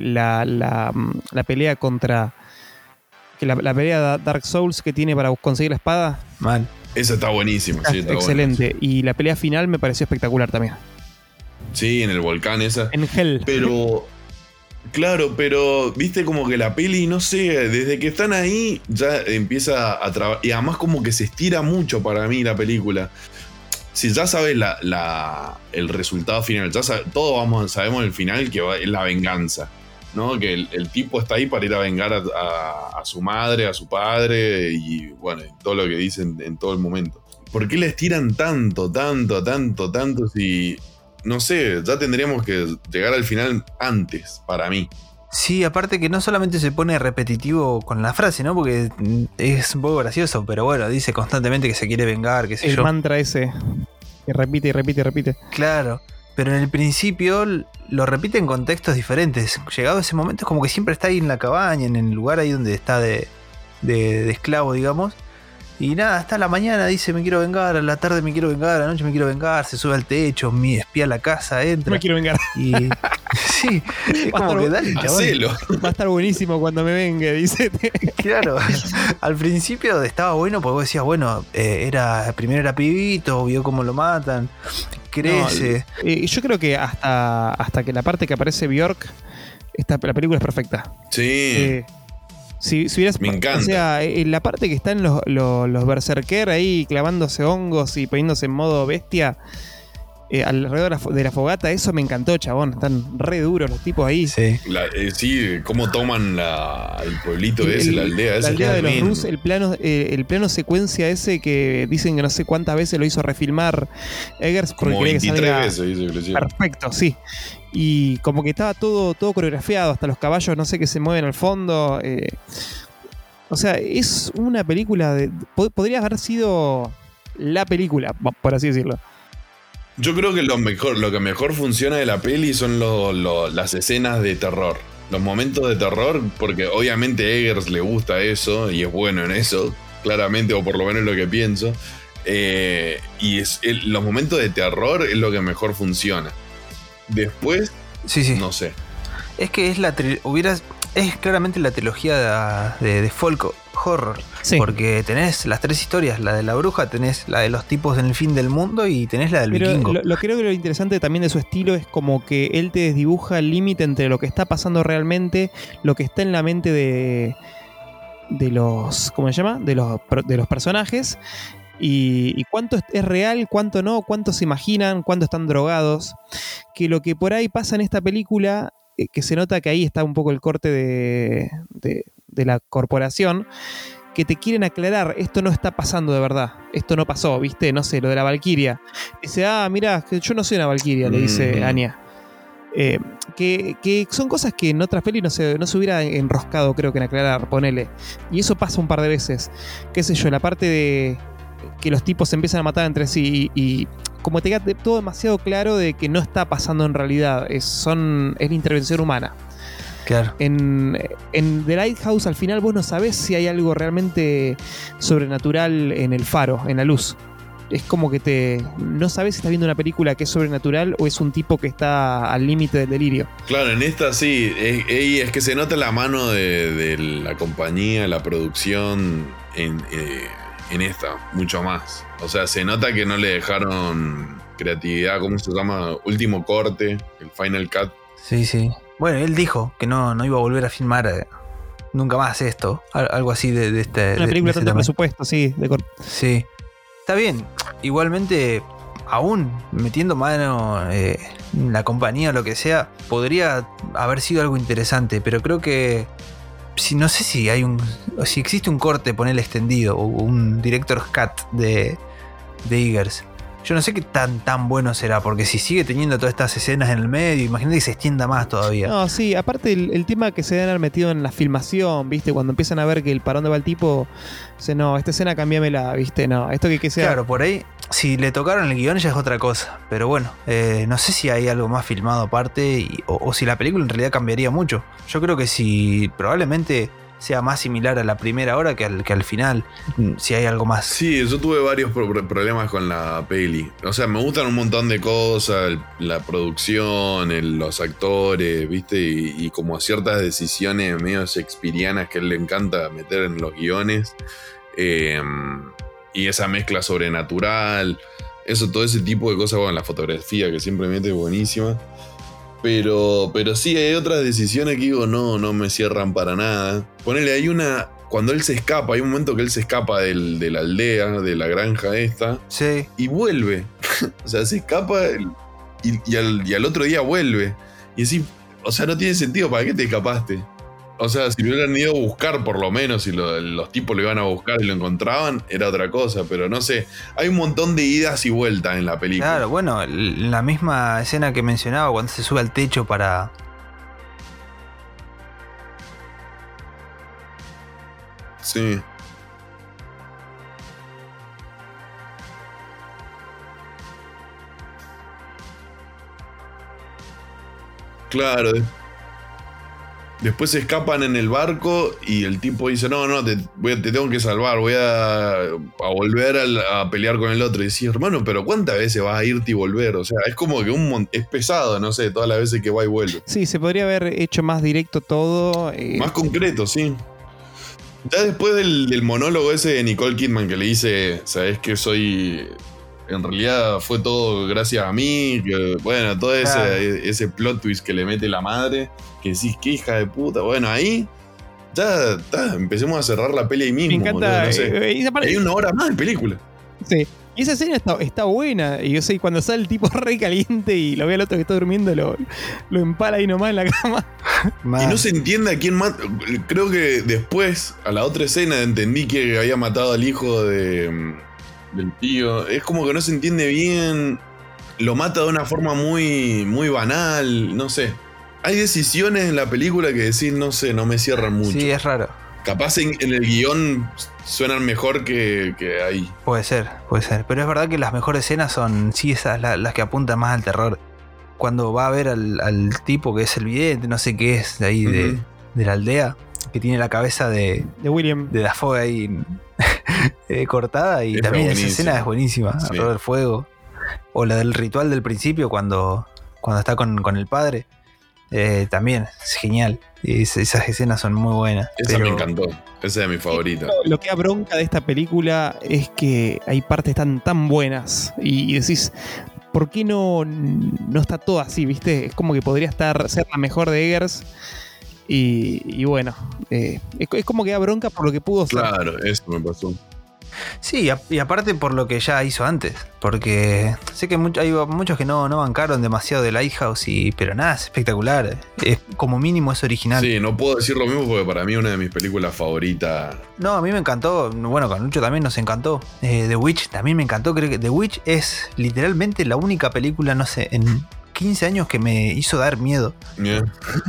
pelea contra... La pelea Dark Souls que tiene para conseguir la espada. Mal. Esa está buenísima, sí, está excelente. Buena. Y la pelea final me pareció espectacular también. Sí, en el volcán esa. En Hell. Pero, claro, pero viste como que la peli, no sé, desde que están ahí ya empieza a trabajar. Y además como que se estira mucho para mí la película. Si ya sabes el resultado final, todos sabemos el final, que es la venganza. ¿No? Que el tipo está ahí para ir a vengar a su madre, a su padre y bueno, todo lo que dicen en todo el momento. ¿Por qué les tiran tanto si, no sé, ya tendríamos que llegar al final antes, para mí? Sí, aparte que no solamente se pone repetitivo con la frase, ¿no? Porque es un poco gracioso, pero bueno, dice constantemente que se quiere vengar, qué sé yo. El mantra ese, que repite. Claro. Pero en el principio lo repite en contextos diferentes. Llegado ese momento es como que siempre está ahí en la cabaña, en el lugar ahí donde está de esclavo, digamos. Y nada, hasta la mañana dice me quiero vengar, a la tarde me quiero vengar, a la noche me quiero vengar, se sube al techo, espía la casa, entra. Me quiero vengar. Y sí, es como que dale, chabón. Hacelo. Va a estar buenísimo cuando me vengue, dice. Claro, al principio estaba bueno porque vos decías, bueno, primero era pibito, vio cómo lo matan, crece. No, yo creo que hasta que la parte que aparece Bjork, la película es perfecta. Sí. Si hubieras, Me encanta. O sea, la parte que están los berserker ahí clavándose hongos y poniéndose en modo bestia alrededor de la fogata, eso me encantó, chabón. Están re duros los tipos ahí. Sí. Sí, cómo toman el pueblito ese, la aldea esa. La aldea de los tremendo. Rus, el plano secuencia ese que dicen que no sé cuántas veces lo hizo refilmar Eggers porque Como quería que 23 salga veces, dice que lo hicieron. perfecto, sí. Y como que estaba todo coreografiado, hasta los caballos no sé que se mueven al fondo. O sea, es una película podría haber sido la película, por así decirlo. Yo creo que lo que mejor funciona de la peli son las escenas de terror. Los momentos de terror, porque obviamente a Eggers le gusta eso y es bueno en eso, claramente, o por lo menos lo que pienso. Los momentos de terror es lo que mejor funciona. Después, Sí. no sé. Es que es claramente la trilogía de folk horror. Sí. Porque tenés las tres historias, la de la bruja, tenés la de los tipos en el fin del mundo y tenés la del Pero vikingo. lo creo que lo interesante también de su estilo es como que él te desdibuja el límite entre lo que está pasando realmente, lo que está en la mente de los, ¿cómo se llama? De los personajes y cuánto es real, cuánto no, cuánto se imaginan, cuánto están drogados. Que lo que por ahí pasa en esta película, que se nota que ahí está un poco el corte de la corporación, que te quieren aclarar, esto no está pasando de verdad, esto no pasó, ¿viste? No sé, lo de la Valquiria. Dice, mira, yo no soy una Valquiria, le dice Anya. Que son cosas que en otras pelis no se hubiera enroscado, creo que en aclarar, ponele. Y eso pasa un par de veces. Qué sé yo, la parte de que los tipos se empiezan a matar entre sí y como te queda todo demasiado claro de que no está pasando en realidad, es la intervención humana. Claro. En The Lighthouse al final vos no sabés si hay algo realmente sobrenatural en el faro, en la luz. Es como que no sabés si estás viendo una película que es sobrenatural o es un tipo que está al límite del delirio. Claro, en esta sí, es que se nota la mano de la compañía, la producción en esta, mucho más. O sea, se nota que no le dejaron creatividad, ¿cómo se llama? Último corte, el Final Cut. Sí. Bueno, él dijo que no iba a volver a filmar nunca más esto. Algo así de este. Una película de tanto tamaño. presupuesto, sí, de corte. Sí. Está bien. Igualmente, aún metiendo mano en la compañía o lo que sea, podría haber sido algo interesante. Pero creo que. No sé si existe un corte, ponele extendido, o un director's cut de Eggers. Yo no sé qué tan bueno será, porque si sigue teniendo todas estas escenas en el medio, imagínate que se extienda más todavía. No, sí, aparte el tema que se deben haber metido en la filmación, ¿viste? Cuando empiezan a ver que para dónde va el tipo, dice, no, esta escena cambiámela, ¿viste? No, esto que sea. Claro, por ahí, si le tocaron el guión ya es otra cosa. Pero bueno, no sé si hay algo más filmado aparte o si la película en realidad cambiaría mucho. Yo creo que si probablemente sea más similar a la primera hora que al final, si hay algo más. Sí, yo tuve varios problemas con la peli. O sea, me gustan un montón de cosas, la producción, los actores, ¿viste? Y como ciertas decisiones medio shakespearianas que a él le encanta meter en los guiones. Y esa mezcla sobrenatural, todo ese tipo de cosas, bueno, la fotografía que siempre mete buenísima. Pero sí, hay otras decisiones que digo, no me cierran para nada. Ponele, cuando él se escapa, hay un momento que él se escapa de la aldea, de la granja esta. Sí. Y vuelve. O sea, se escapa y al otro día vuelve. Y así, o sea, no tiene sentido, ¿para qué te escapaste? O sea, si lo hubieran ido a buscar, por lo menos, si los tipos lo iban a buscar y lo encontraban, era otra cosa, pero no sé. Hay un montón de idas y vueltas en la película. Claro, bueno, la misma escena que mencionaba cuando se sube al techo para. Sí. Claro. después se escapan en el barco y el tipo dice, no, te tengo que salvar, voy a volver a pelear con el otro. Y decís, hermano, pero ¿cuántas veces vas a irte y volver? O sea, es como que es pesado, no sé, todas las veces que va y vuelve. Sí, se podría haber hecho más directo todo. Más concreto, sí. Ya después del monólogo ese de Nicole Kidman que le dice, ¿sabés que soy... En realidad fue todo gracias a mí, que, bueno, todo ese plot twist que le mete la madre, que decís, qué hija de puta. Bueno, ahí ya empecemos a cerrar la peli ahí mismo. Me encanta. No sé. Hay una hora más de película. Sí. Y esa escena está buena. Y yo sé, cuando sale el tipo re caliente y lo ve al otro que está durmiendo, lo empala ahí nomás en la cama. Y no se entiende a quién mata. Creo que después, a la otra escena, entendí que había matado al hijo del tío. Es como que no se entiende bien. Lo mata de una forma muy, muy banal. No sé. Hay decisiones en la película que decís, no sé, no me cierran mucho. Sí, es raro. Capaz en el guión suenan mejor que ahí. Puede ser. Pero es verdad que las mejores escenas son, sí, esas las que apuntan más al terror. Cuando va a ver al tipo que es el vidente, no sé qué es, de ahí de la aldea, que tiene la cabeza de William. De Dafoe ahí cortada. Y también esa escena es buenísima. Sí. Alrededor del fuego. O la del ritual del principio cuando está con el padre. También es genial. Esas escenas son muy buenas. Esa me encantó. Esa es mi favorita. Lo que da bronca de esta película es que hay partes tan buenas. Y decís, ¿por qué no está todo así, viste? Es como que podría ser la mejor de Eggers. Y bueno, es como que da bronca por lo que pudo ser. Claro, eso me pasó. Sí, y aparte por lo que ya hizo antes. Porque sé que hay muchos que no bancaron demasiado de Lighthouse, pero nada, es espectacular. Como mínimo es original. Sí, no puedo decir lo mismo porque para mí es una de mis películas favoritas. No, a mí me encantó. Bueno, con Lucho también nos encantó. The Witch también me encantó. Creo que The Witch es literalmente la única película, no sé, en 15 años que me hizo dar miedo. Yeah.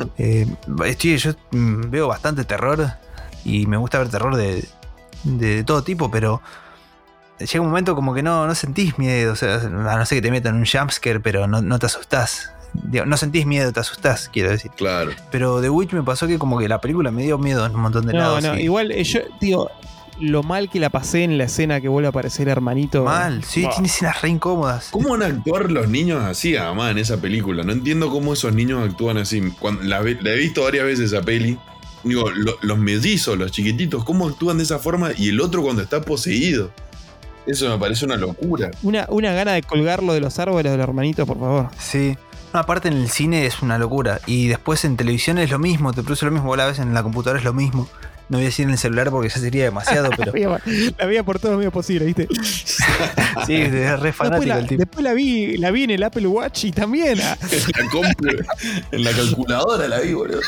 Yo veo bastante terror y me gusta ver terror de todo tipo, pero llega un momento como que no sentís miedo. O sea, a no ser que te metan un jumpscare, pero no te asustás. No sentís miedo, te asustás, quiero decir. Claro. Pero The Witch me pasó que como que la película me dio miedo en un montón de lados. No, igual yo digo, lo mal que la pasé en la escena que vuelve a aparecer hermanito. Mal, sí, tiene escenas re incómodas. ¿Cómo van a actuar los niños así, además, en esa película? No entiendo cómo esos niños actúan así. La he visto varias veces esa peli. Digo, los mellizos, los chiquititos, ¿cómo actúan de esa forma? Y el otro cuando está poseído. Eso me parece una locura. Una gana de colgarlo de los árboles del hermanito, por favor. Sí. No, aparte en el cine es una locura. Y después en televisión es lo mismo, te produce lo mismo. Vos la ves en la computadora, es lo mismo. No voy a decir en el celular porque ya sería demasiado, pero... la veía por todos los medios posibles, ¿viste? Sí, es re fanático el tipo. Después la vi en el Apple Watch y también... en la calculadora la vi, boludo.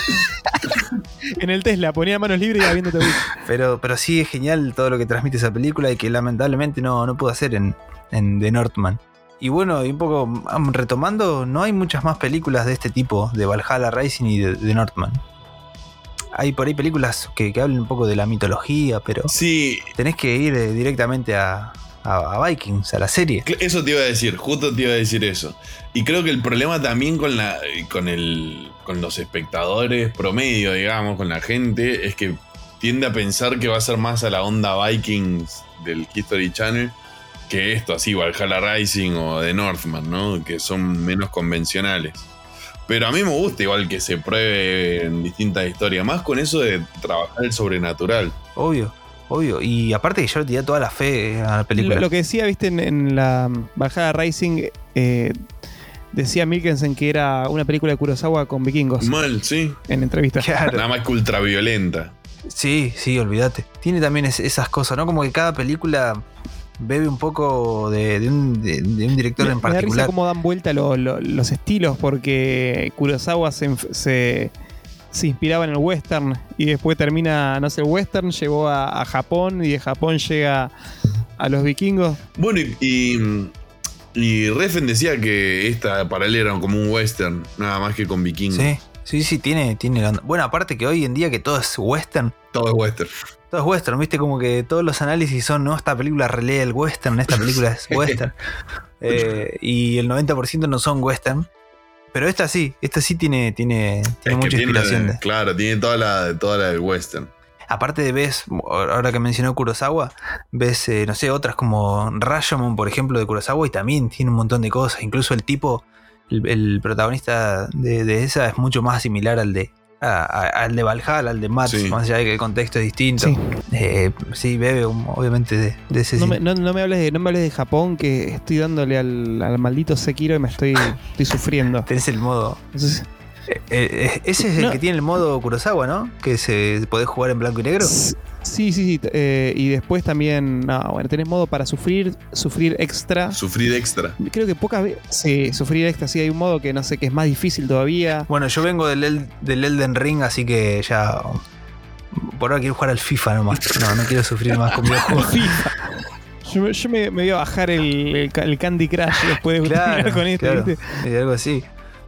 En el Tesla, ponía manos libres y iba viendo TV. Pero sí es genial todo lo que transmite esa película y que lamentablemente no pudo hacer en The Northman. Y bueno, y un poco retomando, no hay muchas más películas de este tipo, de Valhalla Rising y de The Northman. Hay por ahí películas que hablan un poco de la mitología, pero sí, tenés que ir directamente a Vikings, a la serie. Eso te iba a decir, justo te iba a decir eso. Y creo que el problema también con los espectadores promedio, digamos, con la gente, es que tiende a pensar que va a ser más a la onda Vikings del History Channel que esto, así, Valhalla Rising o The Northman, ¿no? Que son menos convencionales. Pero a mí me gusta igual que se pruebe en distintas historias, más con eso de trabajar el sobrenatural. Obvio. Y aparte que yo le tiré toda la fe a la película. Lo que decía, viste, en la Valhalla Rising, decía Mikkelsen que era una película de Kurosawa con vikingos. Mal, sí. En entrevistas. Claro. Nada más que ultraviolenta. Sí, olvídate. Tiene también esas cosas, ¿no? Como que cada película bebe un poco de un director en particular. Me da risa cómo dan vuelta los estilos, porque Kurosawa se inspiraba en el western y después termina, no sé, el western llegó a Japón y de Japón llega a los vikingos. Bueno, y Refn decía que esta para él era como un western, nada más que con vikingos. Sí, tiene la onda. Bueno, aparte que hoy en día que todo es western. Todo es western. Todo es western, viste, como que todos los análisis son, no, esta película relea el western, esta película es western. Y el 90% no son western. Pero esta sí tiene Es mucha que inspiración. claro, tiene toda la del western. Aparte de ves, ahora que mencionó Kurosawa, ves, no sé, otras como Rashomon, por ejemplo, de Kurosawa, y también tiene un montón de cosas. Incluso el tipo, el protagonista de esa es mucho más similar al de Valhalla, al de Mads, Sí. más allá de que el contexto es distinto. Sí. Sí, bebe obviamente de ese No me, cine. no me hables de Japón, que estoy dándole al maldito Sekiro y estoy sufriendo. Tenés el modo. Entonces, Ese es el No. que tiene el modo Kurosawa, ¿no? Que se podés jugar en blanco y negro. sí. Y después también, tenés modo para sufrir extra. Sufrir extra. Creo que pocas veces. Sí, sufrir extra, sí, hay un modo que no sé, que es más difícil todavía. Bueno, yo vengo del Elden Ring, así que ya. Por ahora quiero jugar al FIFA nomás. No quiero sufrir más con videojuegos. FIFA. Yo me voy a bajar el Candy Crush después de terminar con esto, claro, ¿viste? algo así.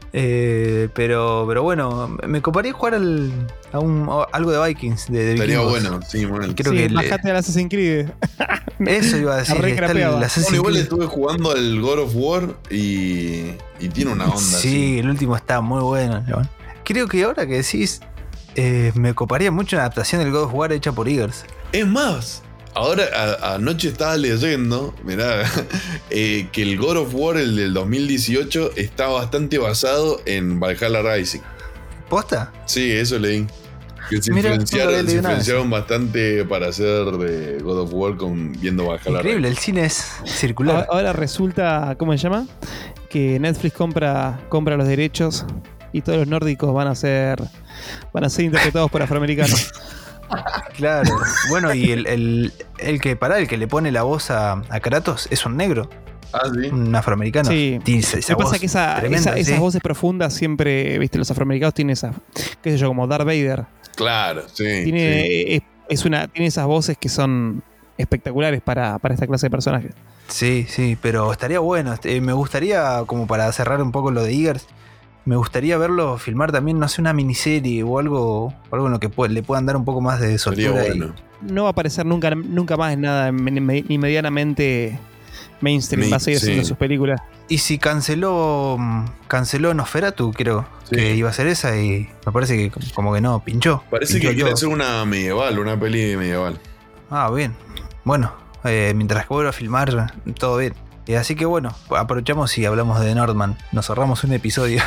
Pero bueno, me coparía jugar algo de Vikings, de Estaría vikingos. bueno, sí, bueno. Creo Sí, que bajate al Assassin's Creed. eso iba a decir. Arre Está crapeaba. el Assassin's Bueno, igual Creed. estuve jugando al God of War y tiene una onda. Sí, el último está muy bueno. ¿No? Creo que ahora que decís, me coparía mucho una adaptación del God of War hecha por Eagers. Es más, ahora anoche estaba leyendo, mirá, que el God of War, el del 2018, está bastante basado en Valhalla Rising. ¿Posta? Sí, eso leí. Que se Mirá, nunca había influenciaron, leído nada de influenciaron bastante para hacer de God of War viendo Valhalla Increíble, Rising. el cine es circular. Ahora resulta, ¿cómo se llama? Que Netflix compra los derechos y todos los nórdicos van a ser interpretados por afroamericanos. Claro. Bueno, y el que le pone la voz a Kratos es un negro, Ah, sí. un afroamericano. Sí. Tiene esa Lo que pasa voz es que tremenda, sí. esas voces profundas siempre, viste, los afroamericanos tienen esas, qué sé yo, como Darth Vader. Claro, sí. sí. Tiene esas voces que son espectaculares para esta clase de personajes. Sí, pero estaría bueno. Me gustaría, como para cerrar un poco lo de Eagers, me gustaría verlo filmar también, no sé, una miniserie o algo en lo que le puedan dar un poco más de Sería soltura. bueno. No va a aparecer nunca más en nada ni medianamente mainstream. Va a seguir haciendo Sí. sus películas. Y si canceló Nosferatu, creo Sí. que iba a ser esa, y me parece que como que no, pinchó. Parece Pinchó que quiere todo. hacer una medieval, una peli medieval. Ah, bien. Bueno, mientras que vuelva a filmar, todo bien. Así que bueno, aprovechamos y hablamos de Northman. Nos ahorramos un episodio.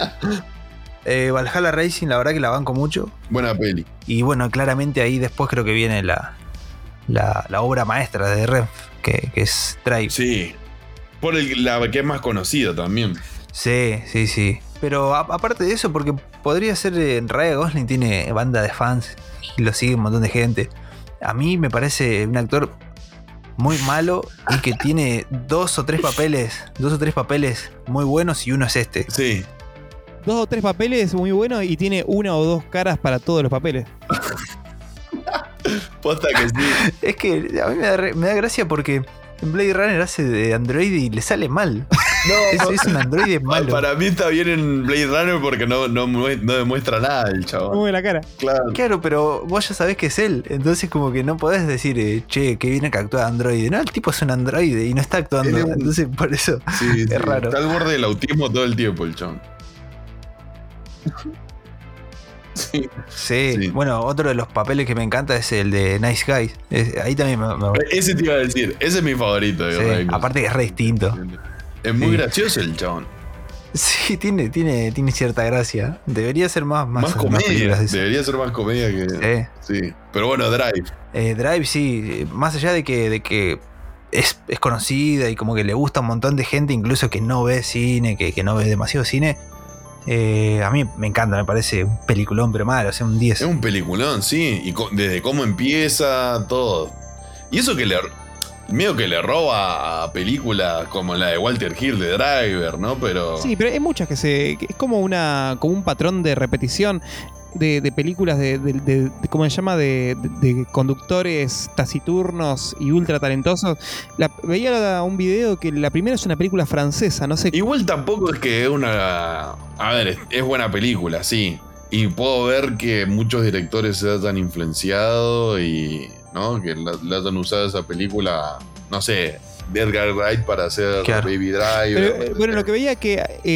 Valhalla Racing, la verdad que la banco mucho. Buena peli. Y bueno, claramente ahí después creo que viene la obra maestra de Renf, que es Drive. Sí. Por la que es más conocida también. Sí. Pero aparte de eso, porque podría ser, Ryan Gosling tiene banda de fans y lo sigue un montón de gente. A mí me parece un actor muy malo y que tiene dos o tres papeles muy buenos, y uno es este. Sí. 2 o 3 papeles muy buenos y tiene 1 o 2 caras para todos los papeles. Posta que sí. Es que a mí me da gracia porque en Blade Runner hace de androide y le sale mal. Es un androide malo. Para mí está bien en Blade Runner porque no demuestra nada el Muy chaval. buena cara. Claro. Claro, pero vos ya sabés que es él, entonces como que no podés decir, che, qué bien que actúa androide. No, el tipo es un androide y no está actuando, Él es un- entonces por eso Sí, es raro. Está al borde del autismo todo el tiempo el chabón. Sí. Sí. Sí. Bueno, otro de los papeles que me encanta es el de Nice Guys. Ahí también me Ese te iba a decir, ese es mi favorito. de sí, Ryan Gosling. aparte que es re distinto. Es muy Sí. gracioso el chabón. Sí, tiene cierta gracia. Debería ser más Comedia. películas de eso. Debería ser más comedia que. Sí. Pero bueno, Drive. Drive, sí, más allá de que es conocida y como que le gusta a un montón de gente, incluso que no ve cine, que no ve demasiado cine, a mí me encanta, me parece un peliculón, pero mal, o sea, un 10. Es un peliculón, sí. Y desde cómo empieza, todo. Y eso que medio que le roba a películas como la de Walter Hill de Driver, ¿no? Pero. Sí, pero hay muchas que es como un patrón de repetición de películas de ¿cómo se llama? De conductores taciturnos y ultra talentosos. Veía un video que la primera es una película francesa, no sé. Igual tampoco es que es una. A ver, es buena película, sí. Y puedo ver que muchos directores se hayan influenciado y. ¿No? Que la hayan usado esa película. No sé. De Edgar Wright para hacer Claro. Baby Driver. Pero, bueno, lo que veía que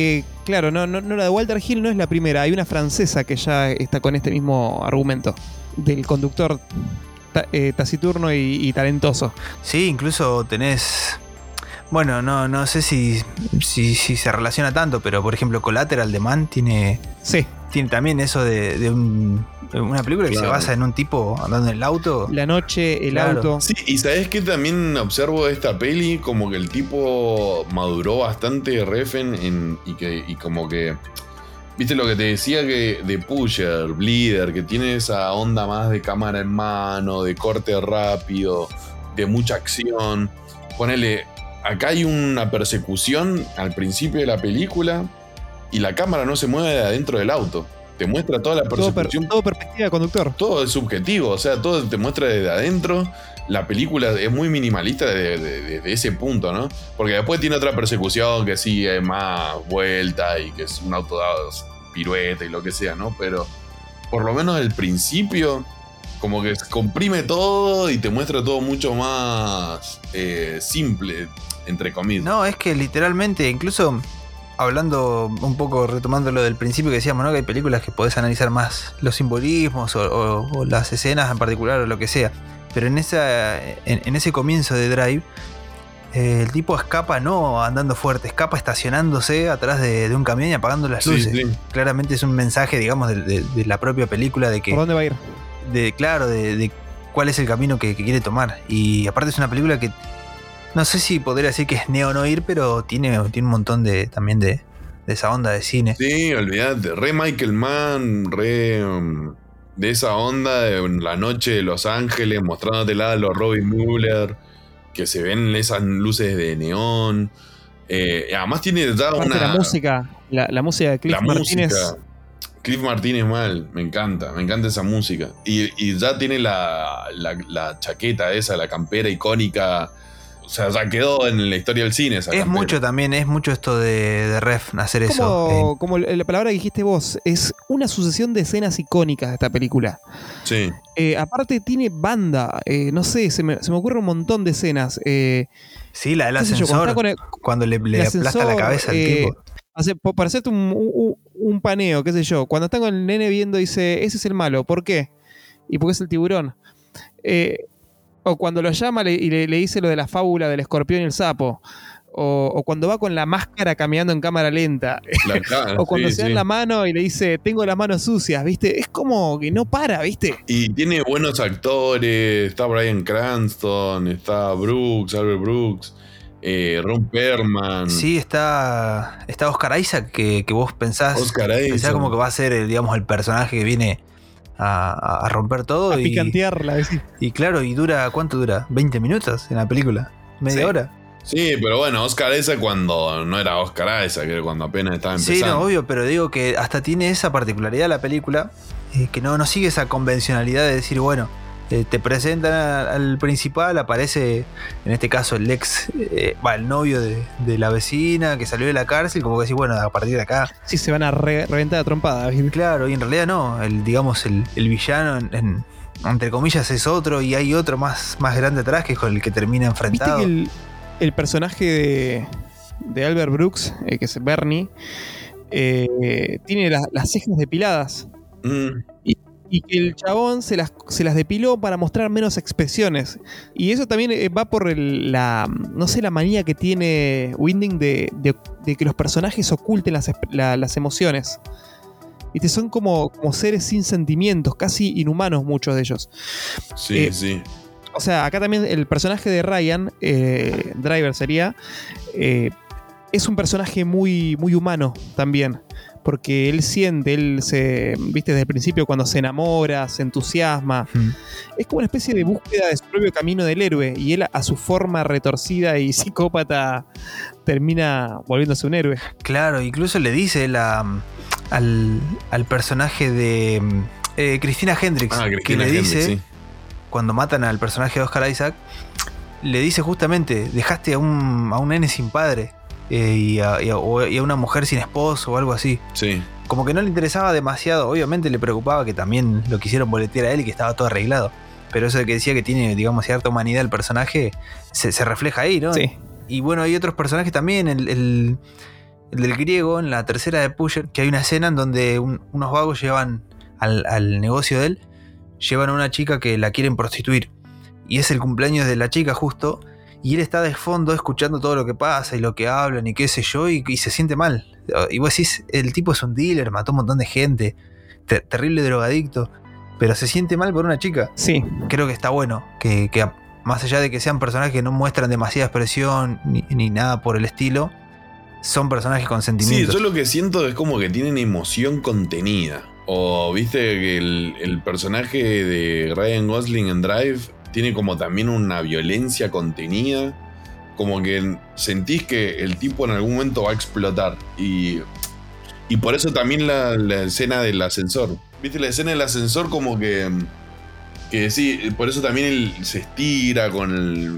Claro, no, la de Walter Hill no es la primera. Hay una francesa que ya está con este mismo argumento. Del conductor taciturno y talentoso. Sí, incluso tenés... Bueno, no sé si se relaciona tanto, pero por ejemplo Collateral de Mann tiene también eso de una película que se basa en un tipo andando en el auto. La noche, el auto. Sí, y ¿sabés qué? También observo de esta peli como que el tipo maduró bastante Refn y como que... ¿Viste lo que te decía que de Pusher, Bleeder, que tiene esa onda más de cámara en mano, de corte rápido, de mucha acción? Ponele... Acá hay una persecución al principio de la película y la cámara no se mueve de adentro del auto. Te muestra toda la persecución. Todo perspectiva de conductor. Todo es subjetivo, o sea, todo te muestra desde adentro. La película es muy minimalista desde ese punto, ¿no? Porque después tiene otra persecución que sí es más vuelta y que es un auto dado pirueta y lo que sea, ¿no? Pero por lo menos el principio... Como que comprime todo y te muestra todo mucho más simple, entre comillas. No, es que literalmente, incluso hablando un poco, retomando lo del principio que decíamos, ¿no? Que hay películas que podés analizar más los simbolismos o las escenas en particular o lo que sea. Pero en ese comienzo de Drive, el tipo escapa no andando fuerte, escapa estacionándose atrás de un camión y apagando las luces. Sí. Claramente es un mensaje, digamos, de la propia película de que... ¿Por dónde va a ir? De cuál es el camino que quiere tomar. Y aparte es una película que no sé si podría decir que es neo-noir, pero tiene un montón también de esa onda de cine. Sí, olvidate, re Michael Mann, re de esa onda en la noche de Los Ángeles, mostrándote a los Robin Mueller, que se ven esas luces de neón. Además tiene ya la música de Cliff Martínez. Cliff Martínez mal, me encanta esa música. Y ya tiene la chaqueta esa, la campera icónica. O sea, ya quedó en la historia del cine esa es campera. mucho esto de Refn hacer eso. Como la palabra que dijiste vos, es una sucesión de escenas icónicas de esta película. Sí. Aparte tiene banda, no sé, se me ocurre un montón de escenas. Sí, la del ascensor, cuando le aplasta la cabeza al tipo. Para hacerte un paneo, qué sé yo. Cuando está con el nene viendo, dice, ese es el malo. ¿Por qué? Y porque es el tiburón. O cuando lo llama y le dice lo de la fábula del escorpión y el sapo. O cuando va con la máscara caminando en cámara lenta. O cuando se da la mano y le dice, tengo las manos sucias, ¿viste? Es como que no para, ¿viste? Y tiene buenos actores. Está Bryan Cranston, está Albert Brooks. Ron Perlman. Sí, está Oscar Isaac, que vos pensás como que va a ser, digamos, el personaje que viene a romper todo. A picantearla, decir. Y claro, ¿cuánto dura? ¿20 minutos en la película? ¿Media hora? Sí, pero bueno, Oscar Isaac cuando no era Oscar Isaac, que cuando apenas estaba empezando. Sí, no, obvio, pero digo que hasta tiene esa particularidad la película, que no sigue esa convencionalidad de decir, bueno, te presentan al principal, aparece en este caso el el novio de la vecina que salió de la cárcel, como que decís, bueno, a partir de acá sí se van a reventar a trompada. Claro, y en realidad no, el villano entre comillas es otro, y hay otro más grande atrás que es con el que termina enfrentado. ¿Viste que el personaje de Albert Brooks, que es Bernie, tiene las cejas depiladas? Y que el chabón se las depiló para mostrar menos expresiones. Y eso también va por la manía que tiene Winding de que los personajes oculten las emociones. ¿Viste? Son como seres sin sentimientos, casi inhumanos muchos de ellos. Sí, sí. O sea, acá también el personaje de Ryan, Driver sería, es un personaje muy, muy humano también. Porque él viste, desde el principio cuando se enamora, se entusiasma. Es como una especie de búsqueda de su propio camino del héroe. Y él, a su forma retorcida y psicópata, termina volviéndose un héroe. Claro, incluso le dice él al personaje de Christina Hendricks. Que le dice, sí, cuando matan al personaje de Oscar Isaac, le dice justamente, dejaste a un nene sin padre. Y a una mujer sin esposo o algo así. Sí. Como que no le interesaba demasiado. Obviamente le preocupaba que también lo quisieron boletear a él y que estaba todo arreglado. Pero eso de que decía que tiene, digamos, cierta humanidad el personaje se refleja ahí, ¿no? Sí. Y bueno, hay otros personajes también. el del griego, en la tercera de Pusher, que hay una escena en donde unos vagos llevan al negocio de él, llevan a una chica que la quieren prostituir. Y es el cumpleaños de la chica justo, y él está de fondo escuchando todo lo que pasa y lo que hablan y qué sé yo, y se siente mal. Y vos decís, el tipo es un dealer, mató un montón de gente, terrible drogadicto, pero se siente mal por una chica. Sí. Creo que está bueno, que más allá de que sean personajes que no muestran demasiada expresión ni nada por el estilo, son personajes con sentimientos. Sí, yo lo que siento es como que tienen emoción contenida. O viste que el personaje de Ryan Gosling en Drive tiene como también una violencia contenida. Como que sentís que el tipo en algún momento va a explotar. Y por eso también la escena del ascensor. Viste, la escena del ascensor como que sí, por eso también él se estira con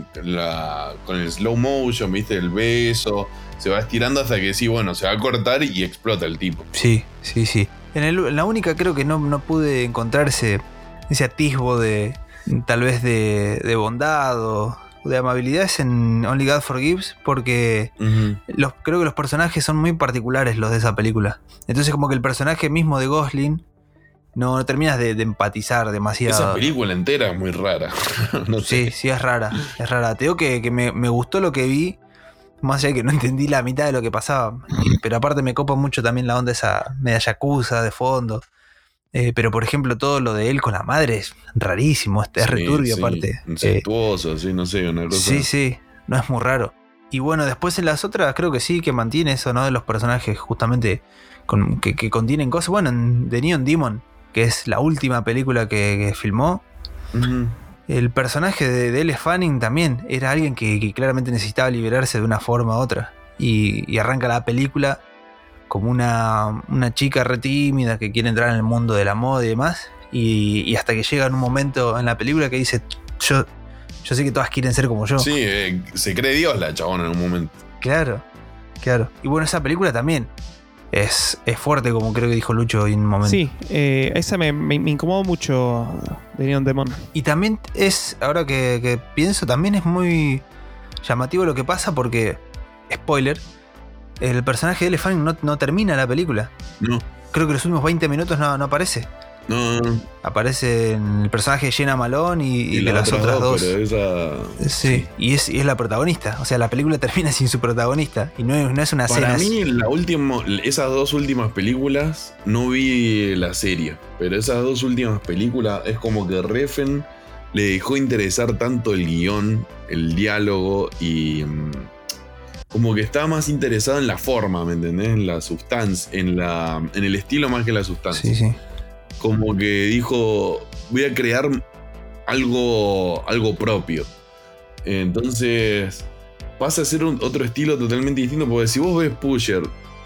el slow motion, viste, el beso. Se va estirando hasta que sí, bueno, se va a cortar y explota el tipo. Sí. En la única creo que no pude encontrar ese atisbo de tal vez de bondad o de amabilidad es en Only God Forgives, porque creo que los personajes son muy particulares los de esa película. Entonces como que el personaje mismo de Gosling no terminas de empatizar demasiado. Esa película entera es muy rara. No sé. Sí, es rara. Te digo que me gustó lo que vi, más allá de que no entendí la mitad de lo que pasaba. Pero aparte me copa mucho también la onda esa media yakuza de fondo. Pero por ejemplo todo lo de él con la madre es rarísimo, es returbio aparte. Incestuoso, sí, no sé, una cosa. Sí, no es muy raro. Y bueno, después en las otras creo que sí, que mantiene eso, ¿no? De los personajes justamente que contienen cosas. Bueno, en The Neon Demon, que es la última película que filmó, el personaje de Elle Fanning también era alguien que claramente necesitaba liberarse de una forma u otra. Y arranca la película como una chica re tímida que quiere entrar en el mundo de la moda y demás. Y hasta que llega en un momento en la película que dice, yo sé que todas quieren ser como yo. Sí, se cree Dios la chabona en un momento. Claro. Y bueno, esa película también es fuerte, como creo que dijo Lucho en un momento. Sí, esa me incomodó mucho de Neon Demon. Y también es, ahora que pienso, también es muy llamativo lo que pasa porque, spoiler, el personaje de Elle Fanning no termina la película. No. Creo que los últimos 20 minutos no aparece. No. Aparece el personaje de Jenna Malone y de las otras dos. Pero esa... Sí, y es la protagonista. O sea, la película termina sin su protagonista. Y no es una escena. Para mí, esas dos últimas películas, no vi la serie. Pero esas dos últimas películas es como que Refn le dejó interesar tanto el guión, el diálogo y... como que estaba más interesado en la forma, ¿me entendés? En la sustancia, en el estilo más que la sustancia. Sí. Como que dijo, voy a crear algo propio. Entonces pasa a ser otro estilo totalmente distinto, porque si vos ves Pusher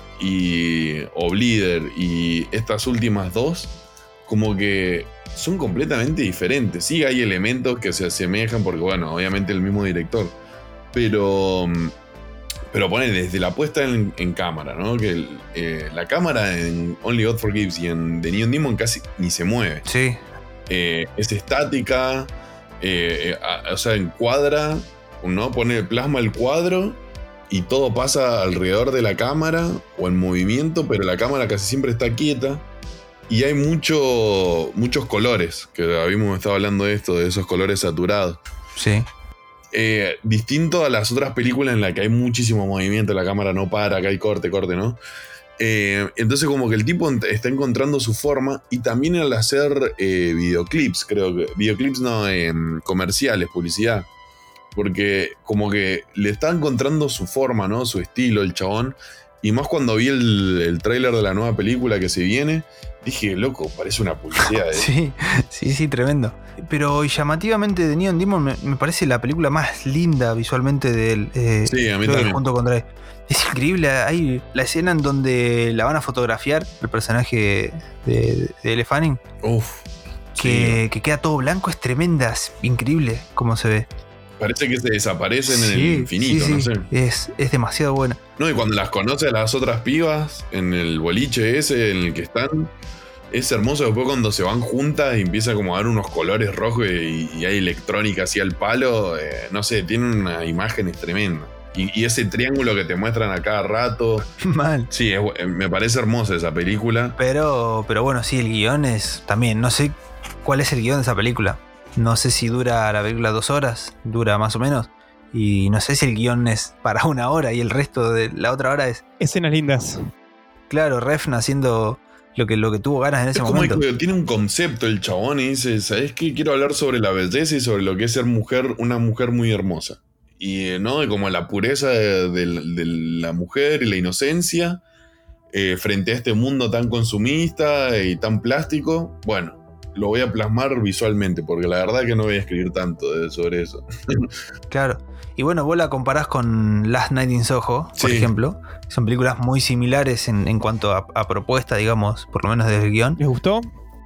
o Bleeder y estas últimas dos, como que son completamente diferentes. Sí hay elementos que se asemejan, porque bueno, obviamente el mismo director, pero pone desde la puesta en cámara, ¿no? Que la cámara en Only God Forgives y en The Neon Demon casi ni se mueve. Sí. Es estática, o sea, encuadra, ¿no? Plasma el cuadro y todo pasa alrededor de la cámara o en movimiento, pero la cámara casi siempre está quieta. Y hay muchos colores, que habíamos estado hablando de esto, de esos colores saturados. Sí. Distinto a las otras películas en las que hay muchísimo movimiento, la cámara no para, que hay corte, ¿no? Entonces como que el tipo está encontrando su forma, y también al hacer videoclips, creo que videoclips no, comerciales, publicidad, porque como que le está encontrando su forma, ¿no? Su estilo, el chabón. Y más cuando vi el tráiler de la nueva película que se viene, dije, loco, parece una publicidad. Sí, tremendo. Pero llamativamente de Neon Demon me parece la película más linda visualmente de él. Sí, a mí también. Junto con Drive. Es increíble, hay la escena en donde la van a fotografiar, el personaje de Elle Fanning. Que queda todo blanco, es tremenda, es increíble cómo se ve. Parece que se desaparecen en el infinito, no sé. Es demasiado buena. No, y cuando las conoce a las otras pibas en el boliche ese en el que están, es hermoso. Después cuando se van juntas y empieza como a dar unos colores rojos y hay electrónica así al palo, no sé, tiene unas imágenes tremendas. Y ese triángulo que te muestran a cada rato. Mal. Sí, me parece hermosa esa película. Pero bueno, sí, el guión es también, no sé cuál es el guión de esa película. No sé si dura la película 2 horas, dura más o menos. Y no sé si el guión es para 1 hora y el resto de la otra hora es, Escenas lindas. claro, Refn haciendo lo que tuvo ganas en ese Es como momento. que tiene un concepto el chabón y dice, ¿sabes qué? Quiero hablar sobre la belleza y sobre lo que es ser mujer, una mujer muy hermosa. Y ¿no? Como la pureza de la mujer y la inocencia frente a este mundo tan consumista y tan plástico. Bueno, lo voy a plasmar visualmente, porque la verdad que no voy a escribir tanto sobre eso. Claro. Y bueno, vos la comparás con Last Night in Soho, por Sí. ejemplo. Son películas muy similares en cuanto a propuesta, digamos, por lo menos desde el guión. ¿Les gustó?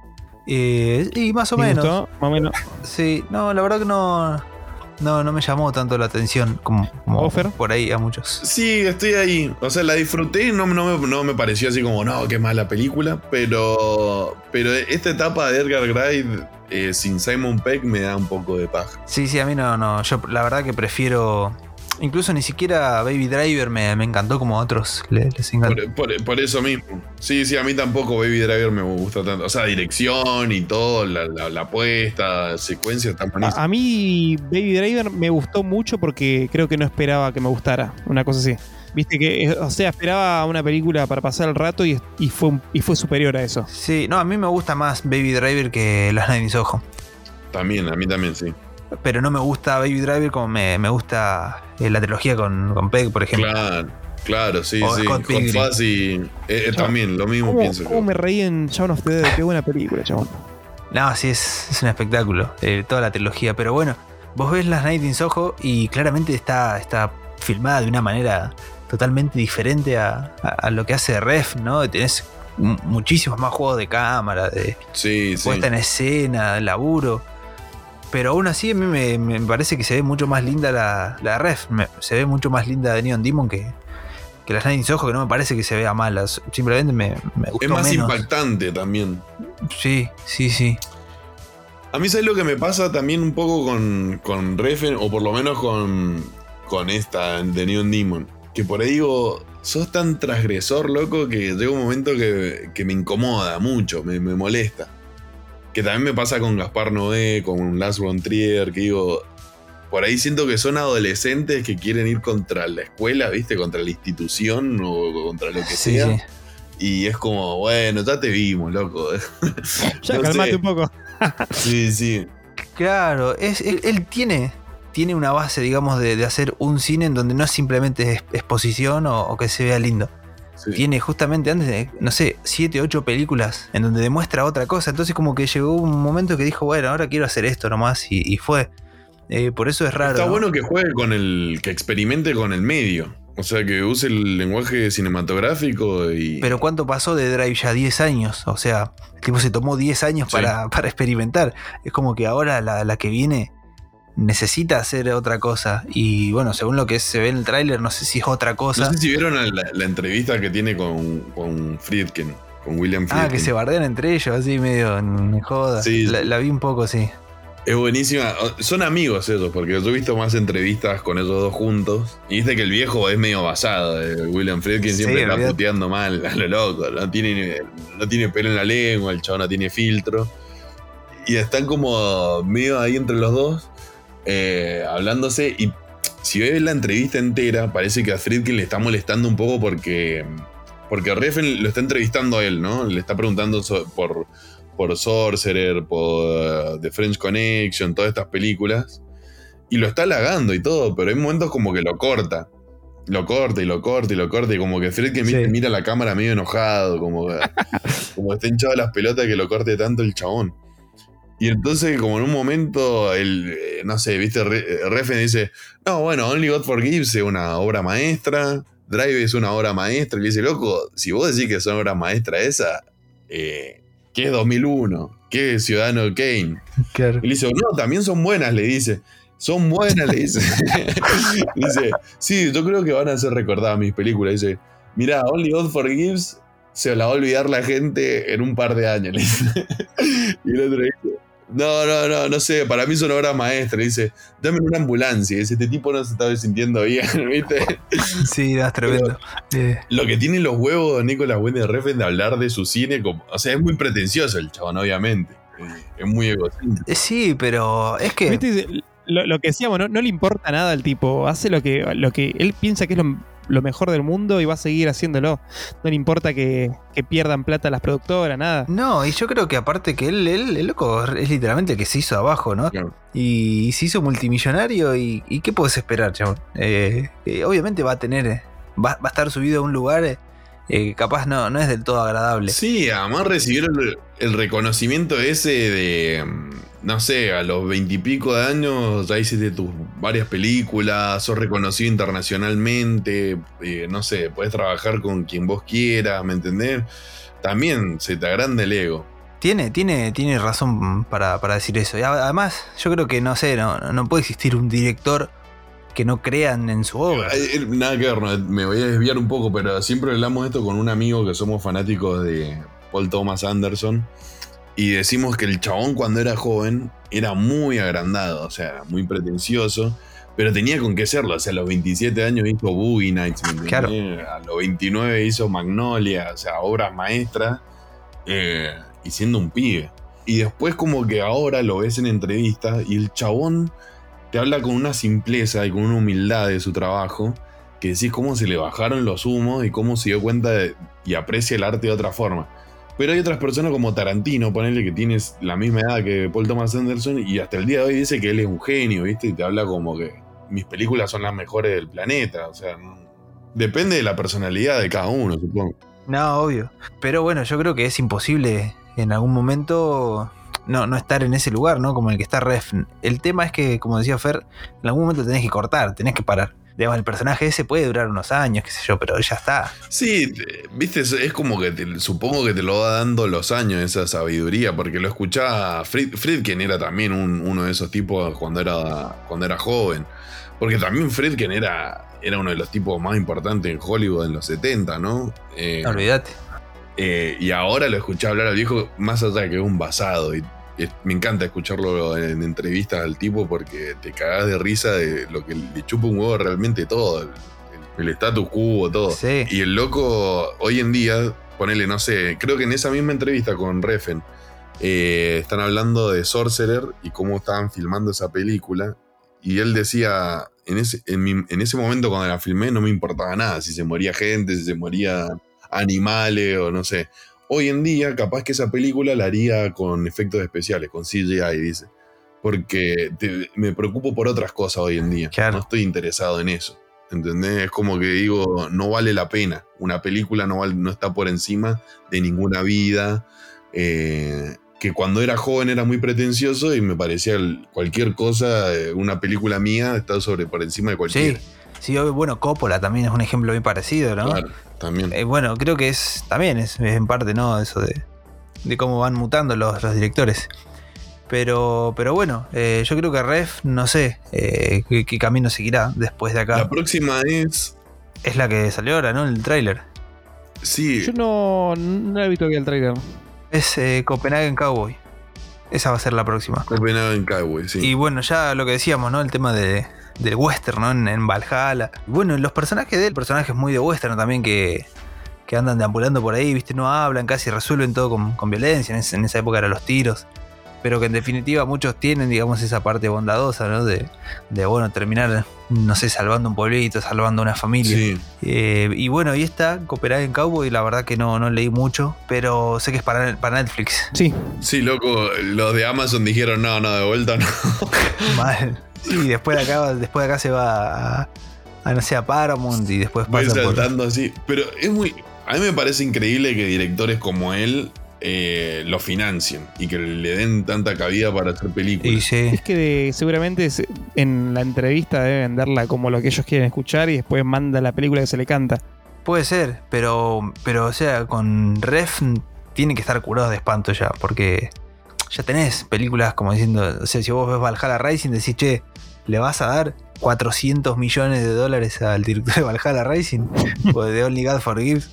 Y más o ¿Les menos. gustó? Más o menos. Sí, no, la verdad que no me llamó tanto la atención como Offer. por ahí a muchos. Sí, estoy ahí. O sea, la disfruté y no me pareció así como, no, qué mala película. Pero esta etapa de Edgar Wright sin Simon Pegg me da un poco de paja. Sí, a mí no. Yo la verdad que prefiero. Incluso ni siquiera Baby Driver me encantó como a otros les encantó. Por eso mismo. Sí, a mí tampoco Baby Driver me gusta tanto. O sea, dirección y todo, la puesta, secuencia están buenísimas. A mí Baby Driver me gustó mucho porque creo que no esperaba que me gustara. Una cosa así. Viste que, o sea, esperaba una película para pasar el rato y fue superior a eso. Sí, no, a mí me gusta más Baby Driver que Last Night in Soho. También, a mí también, sí. Pero no me gusta Baby Driver como me gusta la trilogía con Pegg, por ejemplo. Claro, sí, O sí. Scott Hot Pilgrim. Fuzz y también, lo mismo pienso. ¿Cómo me reí en Shaun of the Dead? Qué buena película, chabón. No, sí, es un espectáculo, toda la trilogía. Pero bueno, vos ves Last Night in Soho y claramente está filmada de una manera totalmente diferente a lo que hace Ref, ¿no? Tenés muchísimos más juegos de cámara, de Sí. puesta en escena, de laburo. Pero aún así a mí me parece que se ve mucho más linda la Ref. Se ve mucho más linda de Neon Demon que Last Night in Soho, que no me parece que se vea mala. Simplemente me gustó Es más menos. impactante también. Sí. A mí, ¿sabes lo que me pasa también un poco con Refn, o por lo menos con esta de Neon Demon? Que por ahí digo, sos tan transgresor, loco, que llega un momento que me incomoda mucho, me molesta. Que también me pasa con Gaspar Noé, con Lars von Trier, que digo, por ahí siento que son adolescentes que quieren ir contra la escuela, ¿viste? Contra la institución o contra lo que sea. Sí. Y es como, bueno, ya te vimos, loco. Ya, No calmate sé. un poco. Sí. Claro, él tiene una base, digamos, de hacer un cine en donde no simplemente es exposición o que se vea lindo. Sí. Tiene justamente antes de, no sé, 7, 8 películas en donde demuestra otra cosa. Entonces como que llegó un momento que dijo, bueno, ahora quiero hacer esto nomás y fue. Por eso es raro. Está ¿no? bueno que juegue que experimente con el medio. O sea, que use el lenguaje cinematográfico y... Pero ¿cuánto pasó de Drive ya? 10 años. O sea, el tipo se tomó 10 años Sí. para experimentar. Es como que ahora la que viene necesita hacer otra cosa. Y según lo que se ve en el tráiler, no sé si es otra cosa. No sé si vieron la entrevista que tiene con Friedkin, con William Friedkin. Que se bardean entre ellos, así medio en joda. Sí. La vi un poco, sí. Es buenísima. Son amigos ellos, porque yo he visto más entrevistas con ellos dos juntos. Y viste que el viejo es medio basado. William Friedkin siempre está olvidate. puteando mal a lo loco. No tiene pelo en la lengua, el chavo no tiene filtro. Y están como medio ahí entre los dos, hablándose. Y si ves la entrevista entera, parece que a Friedkin le está molestando un poco porque Refn lo está entrevistando a él, ¿no? Le está preguntando por Sorcerer, por The French Connection, todas estas películas. Y lo está halagando y todo, pero hay momentos como que lo corta. Lo corta y como que Friedkin Sí. mira la cámara medio enojado, como está hinchado las pelotas que lo corte tanto el chabón. Y entonces, como en un momento, no sé, viste, Refn dice, no, bueno, Only God Forgives es una obra maestra, Drive es una obra maestra. Y le dice, loco, si vos decís que son obras maestras esa, ¿qué es 2001? ¿Qué es Ciudadano Kane? Claro. Y le dice, no, también son buenas, le dice. Son buenas, le dice. Dice, sí, yo creo que van a ser recordadas mis películas. Dice, mirá, Only God Forgives se la va a olvidar la gente en un par de años, le dice. Y el otro dice, No sé, para mí son obras maestras. Dice, dame una ambulancia. Dice, este tipo no se estaba sintiendo bien, ¿viste? Sí, no, es tremendo. Lo que tienen los huevos de Nicolas Winding Refn de hablar de su cine, como, o sea, es muy pretencioso el chabón, obviamente. Es muy egocéntrico. Sí, pero es que... ¿Viste? Lo que decíamos, no le importa nada al tipo. Hace lo que él piensa que es lo mejor del mundo y va a seguir haciéndolo. No le importa que pierdan plata las productoras, nada. No, y yo creo que aparte que el loco es literalmente el que se hizo de abajo, ¿no? Claro. Y se hizo multimillonario y ¿qué puedes esperar, chabón? Obviamente va a tener... Va a estar subido a un lugar capaz no es del todo agradable. Sí, además recibieron el reconocimiento ese de, no sé, a los 20 y pico de años ya hiciste tus varias películas, sos reconocido internacionalmente, no sé, podés trabajar con quien vos quieras, ¿me entendés? También se te agranda el ego. Tiene razón para decir eso. Y además, yo creo que, no sé, no puede existir un director que no crean en su obra. Nada que ver, no, me voy a desviar un poco, pero siempre hablamos esto con un amigo que somos fanáticos de Paul Thomas Anderson y decimos que el chabón cuando era joven era muy agrandado, o sea, muy pretencioso, pero tenía con qué serlo. O sea, a los 27 años hizo Boogie Nights, claro. A los 29 hizo Magnolia, o sea, obras maestras, y siendo un pibe. Y después como que ahora lo ves en entrevistas y el chabón te habla con una simpleza y con una humildad de su trabajo, que decís cómo se le bajaron los humos y cómo se dio cuenta y aprecia el arte de otra forma. Pero hay otras personas como Tarantino, ponele, que tienes la misma edad que Paul Thomas Anderson y hasta el día de hoy dice que él es un genio, ¿viste? Y te habla como que mis películas son las mejores del planeta. O sea, depende de la personalidad de cada uno, supongo. No, obvio. Pero bueno, yo creo que es imposible en algún momento no estar en ese lugar, ¿no? Como el que está Refn. El tema es que, como decía Fer, en algún momento tenés que cortar, tenés que parar. Digamos, el personaje ese puede durar unos años, qué sé yo, pero ya está. Sí, viste, es como que supongo que te lo va dando los años esa sabiduría, porque lo escuchaba Friedkin era también uno de esos tipos cuando era joven. Porque también Friedkin era uno de los tipos más importantes en Hollywood en los 70, ¿no? No olvídate. Y ahora lo escuché hablar al viejo, más allá de que es un basado. Y me encanta escucharlo en entrevistas al tipo porque te cagás de risa de lo que le chupa un huevo realmente todo. El status quo, todo. Sí. Y el loco, hoy en día, ponele, no sé, creo que en esa misma entrevista con Refn, están hablando de Sorcerer y cómo estaban filmando esa película. Y él decía, en ese momento cuando la filmé no me importaba nada, si se moría gente, si se moría animales o no sé. Hoy en día, capaz que esa película la haría con efectos especiales, con CGI, dice. Porque me preocupo por otras cosas hoy en día. Claro. No estoy interesado en eso. ¿Entendés? Es como que digo, no vale la pena. Una película no está por encima de ninguna vida. Que cuando era joven era muy pretencioso y me parecía cualquier cosa, una película mía está por encima de cualquiera. Sí, bueno, Coppola también es un ejemplo muy parecido, ¿no? Claro, también. Bueno, creo que también es en parte, ¿no? Eso de cómo van mutando los directores. Pero bueno, yo creo que Ref, no sé qué camino seguirá después de acá. La próxima es la que salió ahora, ¿no? El tráiler. Sí. Yo no he visto todavía el tráiler. Es Copenhagen Cowboy. Esa va a ser la próxima. Copenhagen Cowboy, sí. Y bueno, ya lo que decíamos, ¿no? El tema del western, ¿no? En Valhalla. Bueno, los personajes de él, personajes muy de western también que andan deambulando por ahí, ¿viste? No hablan, casi resuelven todo con violencia. En esa época eran los tiros. Pero que en definitiva muchos tienen, digamos, esa parte bondadosa, ¿no? De bueno, terminar, no sé, salvando un pueblito, salvando una familia. Sí. Y bueno, y esta, Copenhagen Cowboy, la verdad que no leí mucho, pero sé que es para Netflix. Sí. Sí, loco, los de Amazon dijeron, no, de vuelta no. Mal. Sí, después de acá se va a no sé, a Paramount y después Voy pasa saltando así. Pero a mí me parece increíble que directores como él lo financien y que le den tanta cabida para hacer películas. Y sí. Es que seguramente en la entrevista deben darla como lo que ellos quieren escuchar y después manda la película que se le canta. Puede ser, pero o sea, con Ref tiene que estar curado de espanto ya, porque ya tenés películas como diciendo, o sea, si vos ves Valhalla Rising decís, che, ¿le vas a dar $400 millones al director de Valhalla Rising? O de Only God Forgives.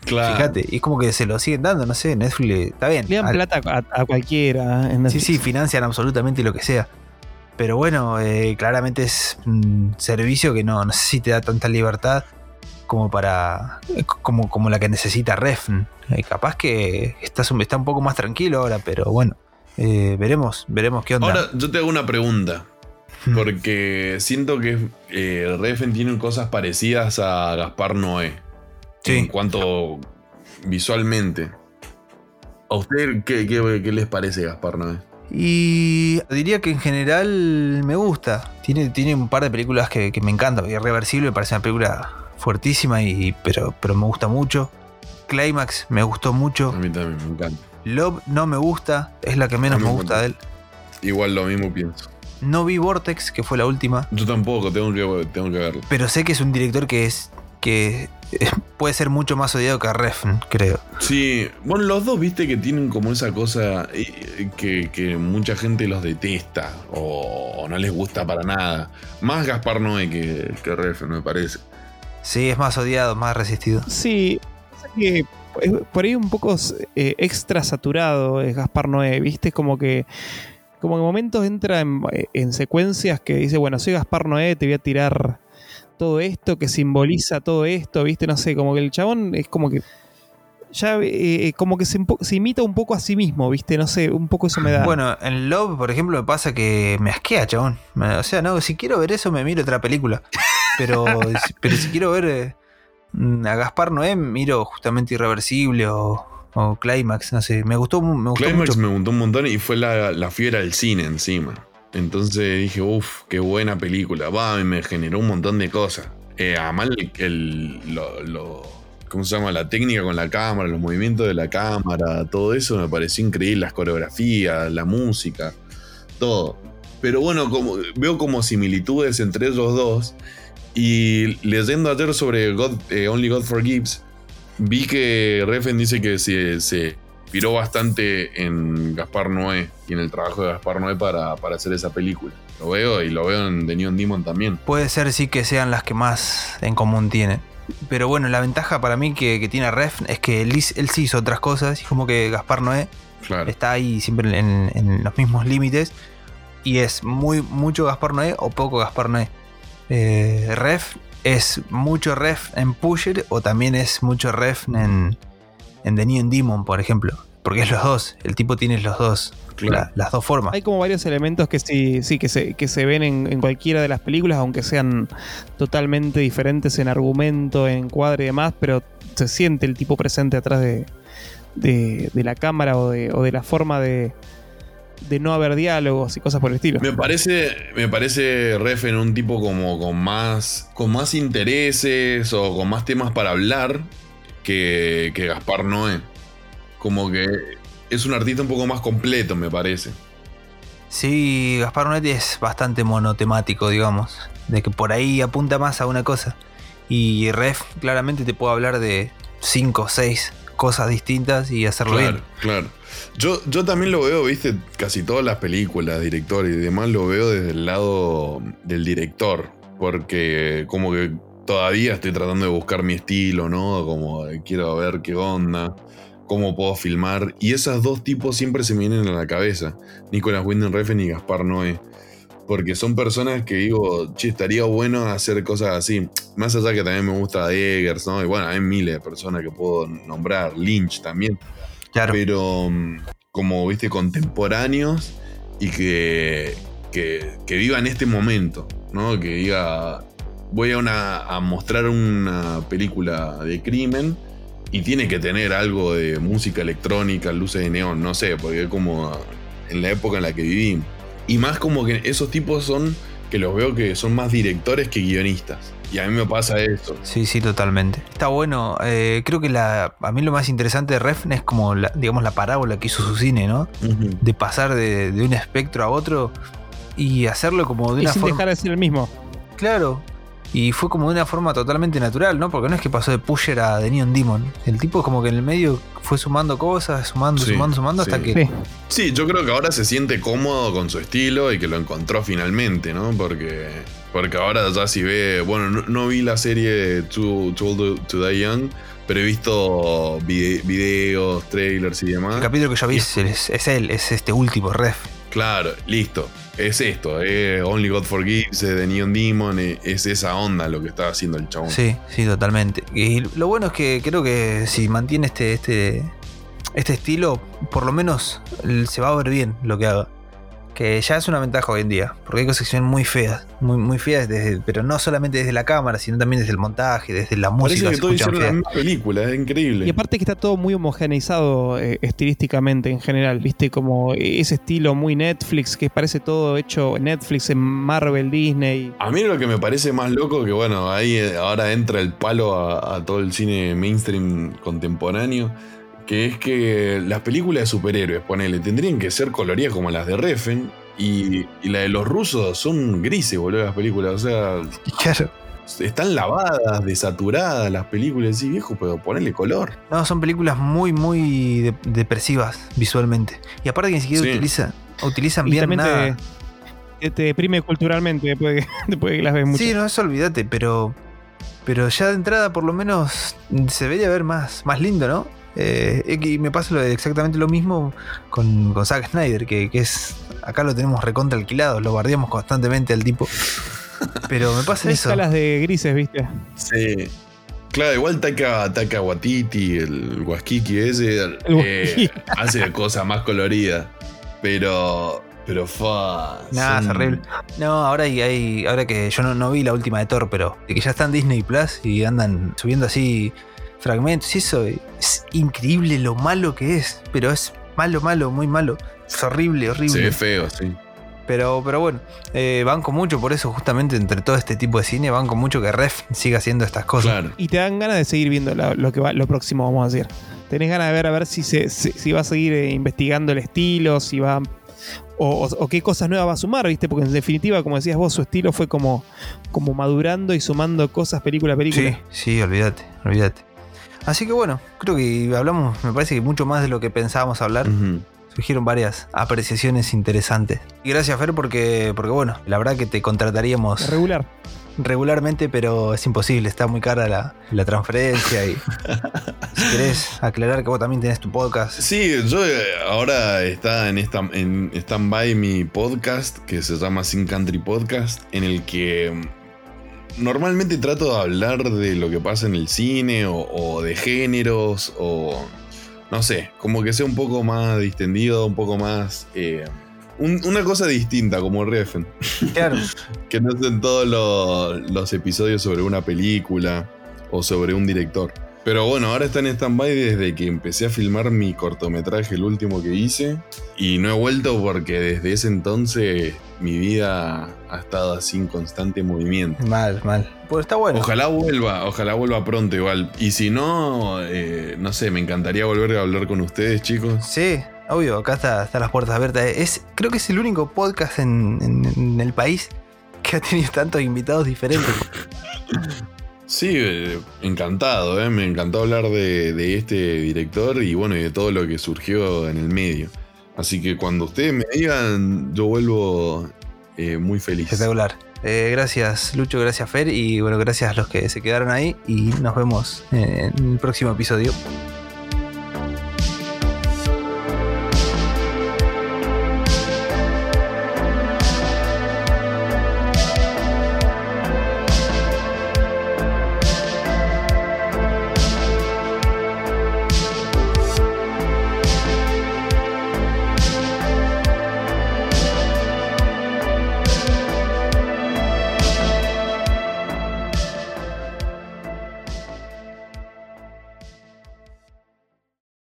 Claro. Fíjate, y es como que se lo siguen dando, no sé, Netflix está bien. Le dan plata a cualquiera en Netflix. Sí, financian absolutamente lo que sea. Pero bueno, claramente es un servicio que no sé si te da tanta libertad como para como la que necesita Refn. Capaz que está un poco más tranquilo ahora, pero bueno, veremos qué onda. Ahora yo te hago una pregunta. Porque siento que Refn tiene cosas parecidas a Gaspar Noé. Sí. En cuanto visualmente. ¿A usted qué les parece Gaspar Noé? Y diría que en general me gusta. Tiene un par de películas que me encantan. Irreversible me parece una película fuertísima, pero me gusta mucho. Climax me gustó mucho. A mí también me encanta. Love no me gusta, es la que menos me gusta de él. Igual lo mismo pienso. No vi Vortex, que fue la última. Yo tampoco, tengo que verlo. Pero sé que es un director que puede ser mucho más odiado que Refn, creo. Sí, bueno, los dos viste que tienen como esa cosa que mucha gente los detesta o no les gusta para nada. Más Gaspar Noé que Refn, me parece. Sí, es más odiado, más resistido. Sí, pasa que por ahí un poco extra saturado es Gaspar Noé, ¿viste? Como que en momentos entra en secuencias que dice, bueno, soy Gaspar Noé, te voy a tirar todo esto que simboliza todo esto, ¿viste? No sé, como que el chabón es como que ya como que se imita un poco a sí mismo, ¿viste? No sé, un poco eso me da. Bueno, en Love, por ejemplo, me pasa que me asquea, chabón. O sea, no, si quiero ver eso me miro otra película. Pero si quiero ver a Gaspar Noé, miro justamente Irreversible o Climax, no sé. Me gustó Climax mucho. me gustó un montón y fue la fiebre del cine encima. Entonces dije, uff, qué buena película. Va, y me generó un montón de cosas. Además, ¿cómo se llama? La técnica con la cámara, los movimientos de la cámara, todo eso me pareció increíble. Las coreografías, la música, todo. Pero bueno, veo como similitudes entre ellos dos. Y leyendo ayer sobre Only God Forgives, vi que Refn dice que se inspiró bastante en Gaspar Noé y en el trabajo de Gaspar Noé para hacer esa película. Lo veo en The Neon Demon también. Puede ser sí que sean las que más en común tienen. Pero bueno, la ventaja para mí que tiene Refn es que él sí hizo otras cosas y como que Gaspar Noé está ahí siempre en los mismos límites y es mucho Gaspar Noé o poco Gaspar Noé. Refn es mucho Refn en Pusher o también es mucho Refn en The Neon Demon, por ejemplo. Porque es los dos. El tipo tiene los dos. Claro. Las dos formas. Hay como varios elementos que sí que se ven en cualquiera de las películas, aunque sean totalmente diferentes en argumento, en encuadre y demás, pero se siente el tipo presente atrás de la cámara o de la forma de no haber diálogos y cosas por el estilo. Me parece Refn un tipo como con más intereses o con más temas para hablar que Gaspar Noé. Como que es un artista un poco más completo, me parece. Sí, Gaspar Noé es bastante monotemático, digamos. De que por ahí apunta más a una cosa. Y Refn claramente te puede hablar de 5 o 6 cosas distintas y hacerlo bien. Claro. Yo también lo veo, viste, casi todas las películas, directores y demás, lo veo desde el lado del director. Porque como que todavía estoy tratando de buscar mi estilo, ¿no? Como quiero ver qué onda, cómo puedo filmar. Y esos dos tipos siempre se me vienen a la cabeza. Nicolas Winding Refn y Gaspar Noé. Porque son personas que digo, che, estaría bueno hacer cosas así. Más allá que también me gusta Eggers, ¿no? Y bueno, hay miles de personas que puedo nombrar. Lynch también. Claro. Pero como, viste, contemporáneos y que vivan este momento, ¿no? Que diga, voy a mostrar una película de crimen y tiene que tener algo de música electrónica, luces de neón, no sé, porque es como en la época en la que vivimos. Y más como que esos tipos son, que los veo que son más directores que guionistas. Y a mí me pasa eso. Sí, totalmente. Está bueno. Creo que a mí lo más interesante de Refn es como, digamos, la parábola que hizo su cine, ¿no? Uh-huh. De pasar de un espectro a otro y hacerlo como de una sin forma... dejar de ser el mismo. Claro. Y fue como de una forma totalmente natural, ¿no? Porque no es que pasó de Pusher a The Neon Demon. El tipo como que en el medio fue sumando cosas, sumando hasta que... Sí, yo creo que ahora se siente cómodo con su estilo y que lo encontró finalmente, ¿no? Porque ahora ya si ve... Bueno, no vi la serie Too Old to Die Young, pero he visto videos, trailers y demás. El capítulo que yo vi es él, es este último, Ref. Claro, listo. Es esto, Only God Forgives, de Neon Demon, es esa onda lo que está haciendo el chabón. Sí, totalmente. Y lo bueno es que creo que si mantiene este estilo, por lo menos se va a ver bien lo que haga. Que ya es una ventaja hoy en día, porque hay cosas que son muy feas, muy feas, pero no solamente desde la cámara, sino también desde el montaje, desde la música. Parece que todos hicieron la misma película, es increíble. Y aparte que está todo muy homogeneizado estilísticamente en general, viste, como ese estilo muy Netflix, que parece todo hecho Netflix, en Marvel, Disney. A mí lo que me parece más loco, que bueno, ahí ahora entra el palo a todo el cine mainstream contemporáneo, que es que las películas de superhéroes, ponele, tendrían que ser coloridas como las de Refn, y la de los rusos son grises, boludo, las películas, o sea, Claro. están lavadas, desaturadas las películas, sí, viejo, pero ponele color. No, son películas muy depresivas visualmente. Y aparte que ni siquiera utilizan Y bien también nada. te deprime culturalmente después de que las ves mucho. Sí, no, eso olvídate, pero ya de entrada por lo menos se debería ver más lindo, ¿no? Y me pasa exactamente lo mismo con Zack Snyder, que es. Acá lo tenemos recontra alquilado, lo bardeamos constantemente al tipo. Pero me pasa eso. Escalas de grises, viste. Sí. Claro, igual Taika Waititi, el Waskiki ese, hace cosas más coloridas. Pero Nada, es horrible. No, ahora que yo no vi la última de Thor, pero de que ya está en Disney Plus y andan subiendo así fragmentos y eso, es increíble lo malo que es. Pero es malo, muy malo. Es horrible. Se ve feo, sí. Pero bueno, banco mucho por eso, justamente entre todo este tipo de cine, banco mucho que Ref siga haciendo estas cosas. Claro. Y te dan ganas de seguir viendo lo próximo, vamos a decir. Tenés ganas de ver a ver si va a seguir investigando el estilo, si va o qué cosas nuevas va a sumar, ¿viste? Porque en definitiva, como decías vos, su estilo fue como madurando y sumando cosas película a película. Sí, olvídate. Así que bueno, creo que hablamos, me parece que mucho más de lo que pensábamos hablar. Uh-huh. Surgieron varias apreciaciones interesantes. Y gracias, Fer, porque bueno, la verdad que te contrataríamos regularmente, pero es imposible, está muy cara la transferencia. Y si querés aclarar que vos también tenés tu podcast. Sí, yo ahora está en stand-by mi podcast que se llama Sin Country Podcast, en el que normalmente trato de hablar de lo que pasa en el cine o de géneros o no sé, como que sea un poco más distendido, un poco más una cosa distinta como Refn. Claro. Que no sean todos los episodios sobre una película o sobre un director. Pero bueno, ahora está en stand-by desde que empecé a filmar mi cortometraje, el último que hice. Y no he vuelto porque desde ese entonces mi vida ha estado así en constante movimiento. Mal. Pues está bueno. Ojalá vuelva pronto igual. Y si no, no sé, me encantaría volver a hablar con ustedes, chicos. Sí, obvio, acá están las puertas abiertas. Creo que es el único podcast en el país que ha tenido tantos invitados diferentes. Sí, encantado, me encantó hablar de este director y bueno, y de todo lo que surgió en el medio. Así que cuando ustedes me digan, yo vuelvo muy feliz. Espectacular. Gracias Lucho, gracias Fer y bueno, gracias a los que se quedaron ahí y nos vemos en el próximo episodio.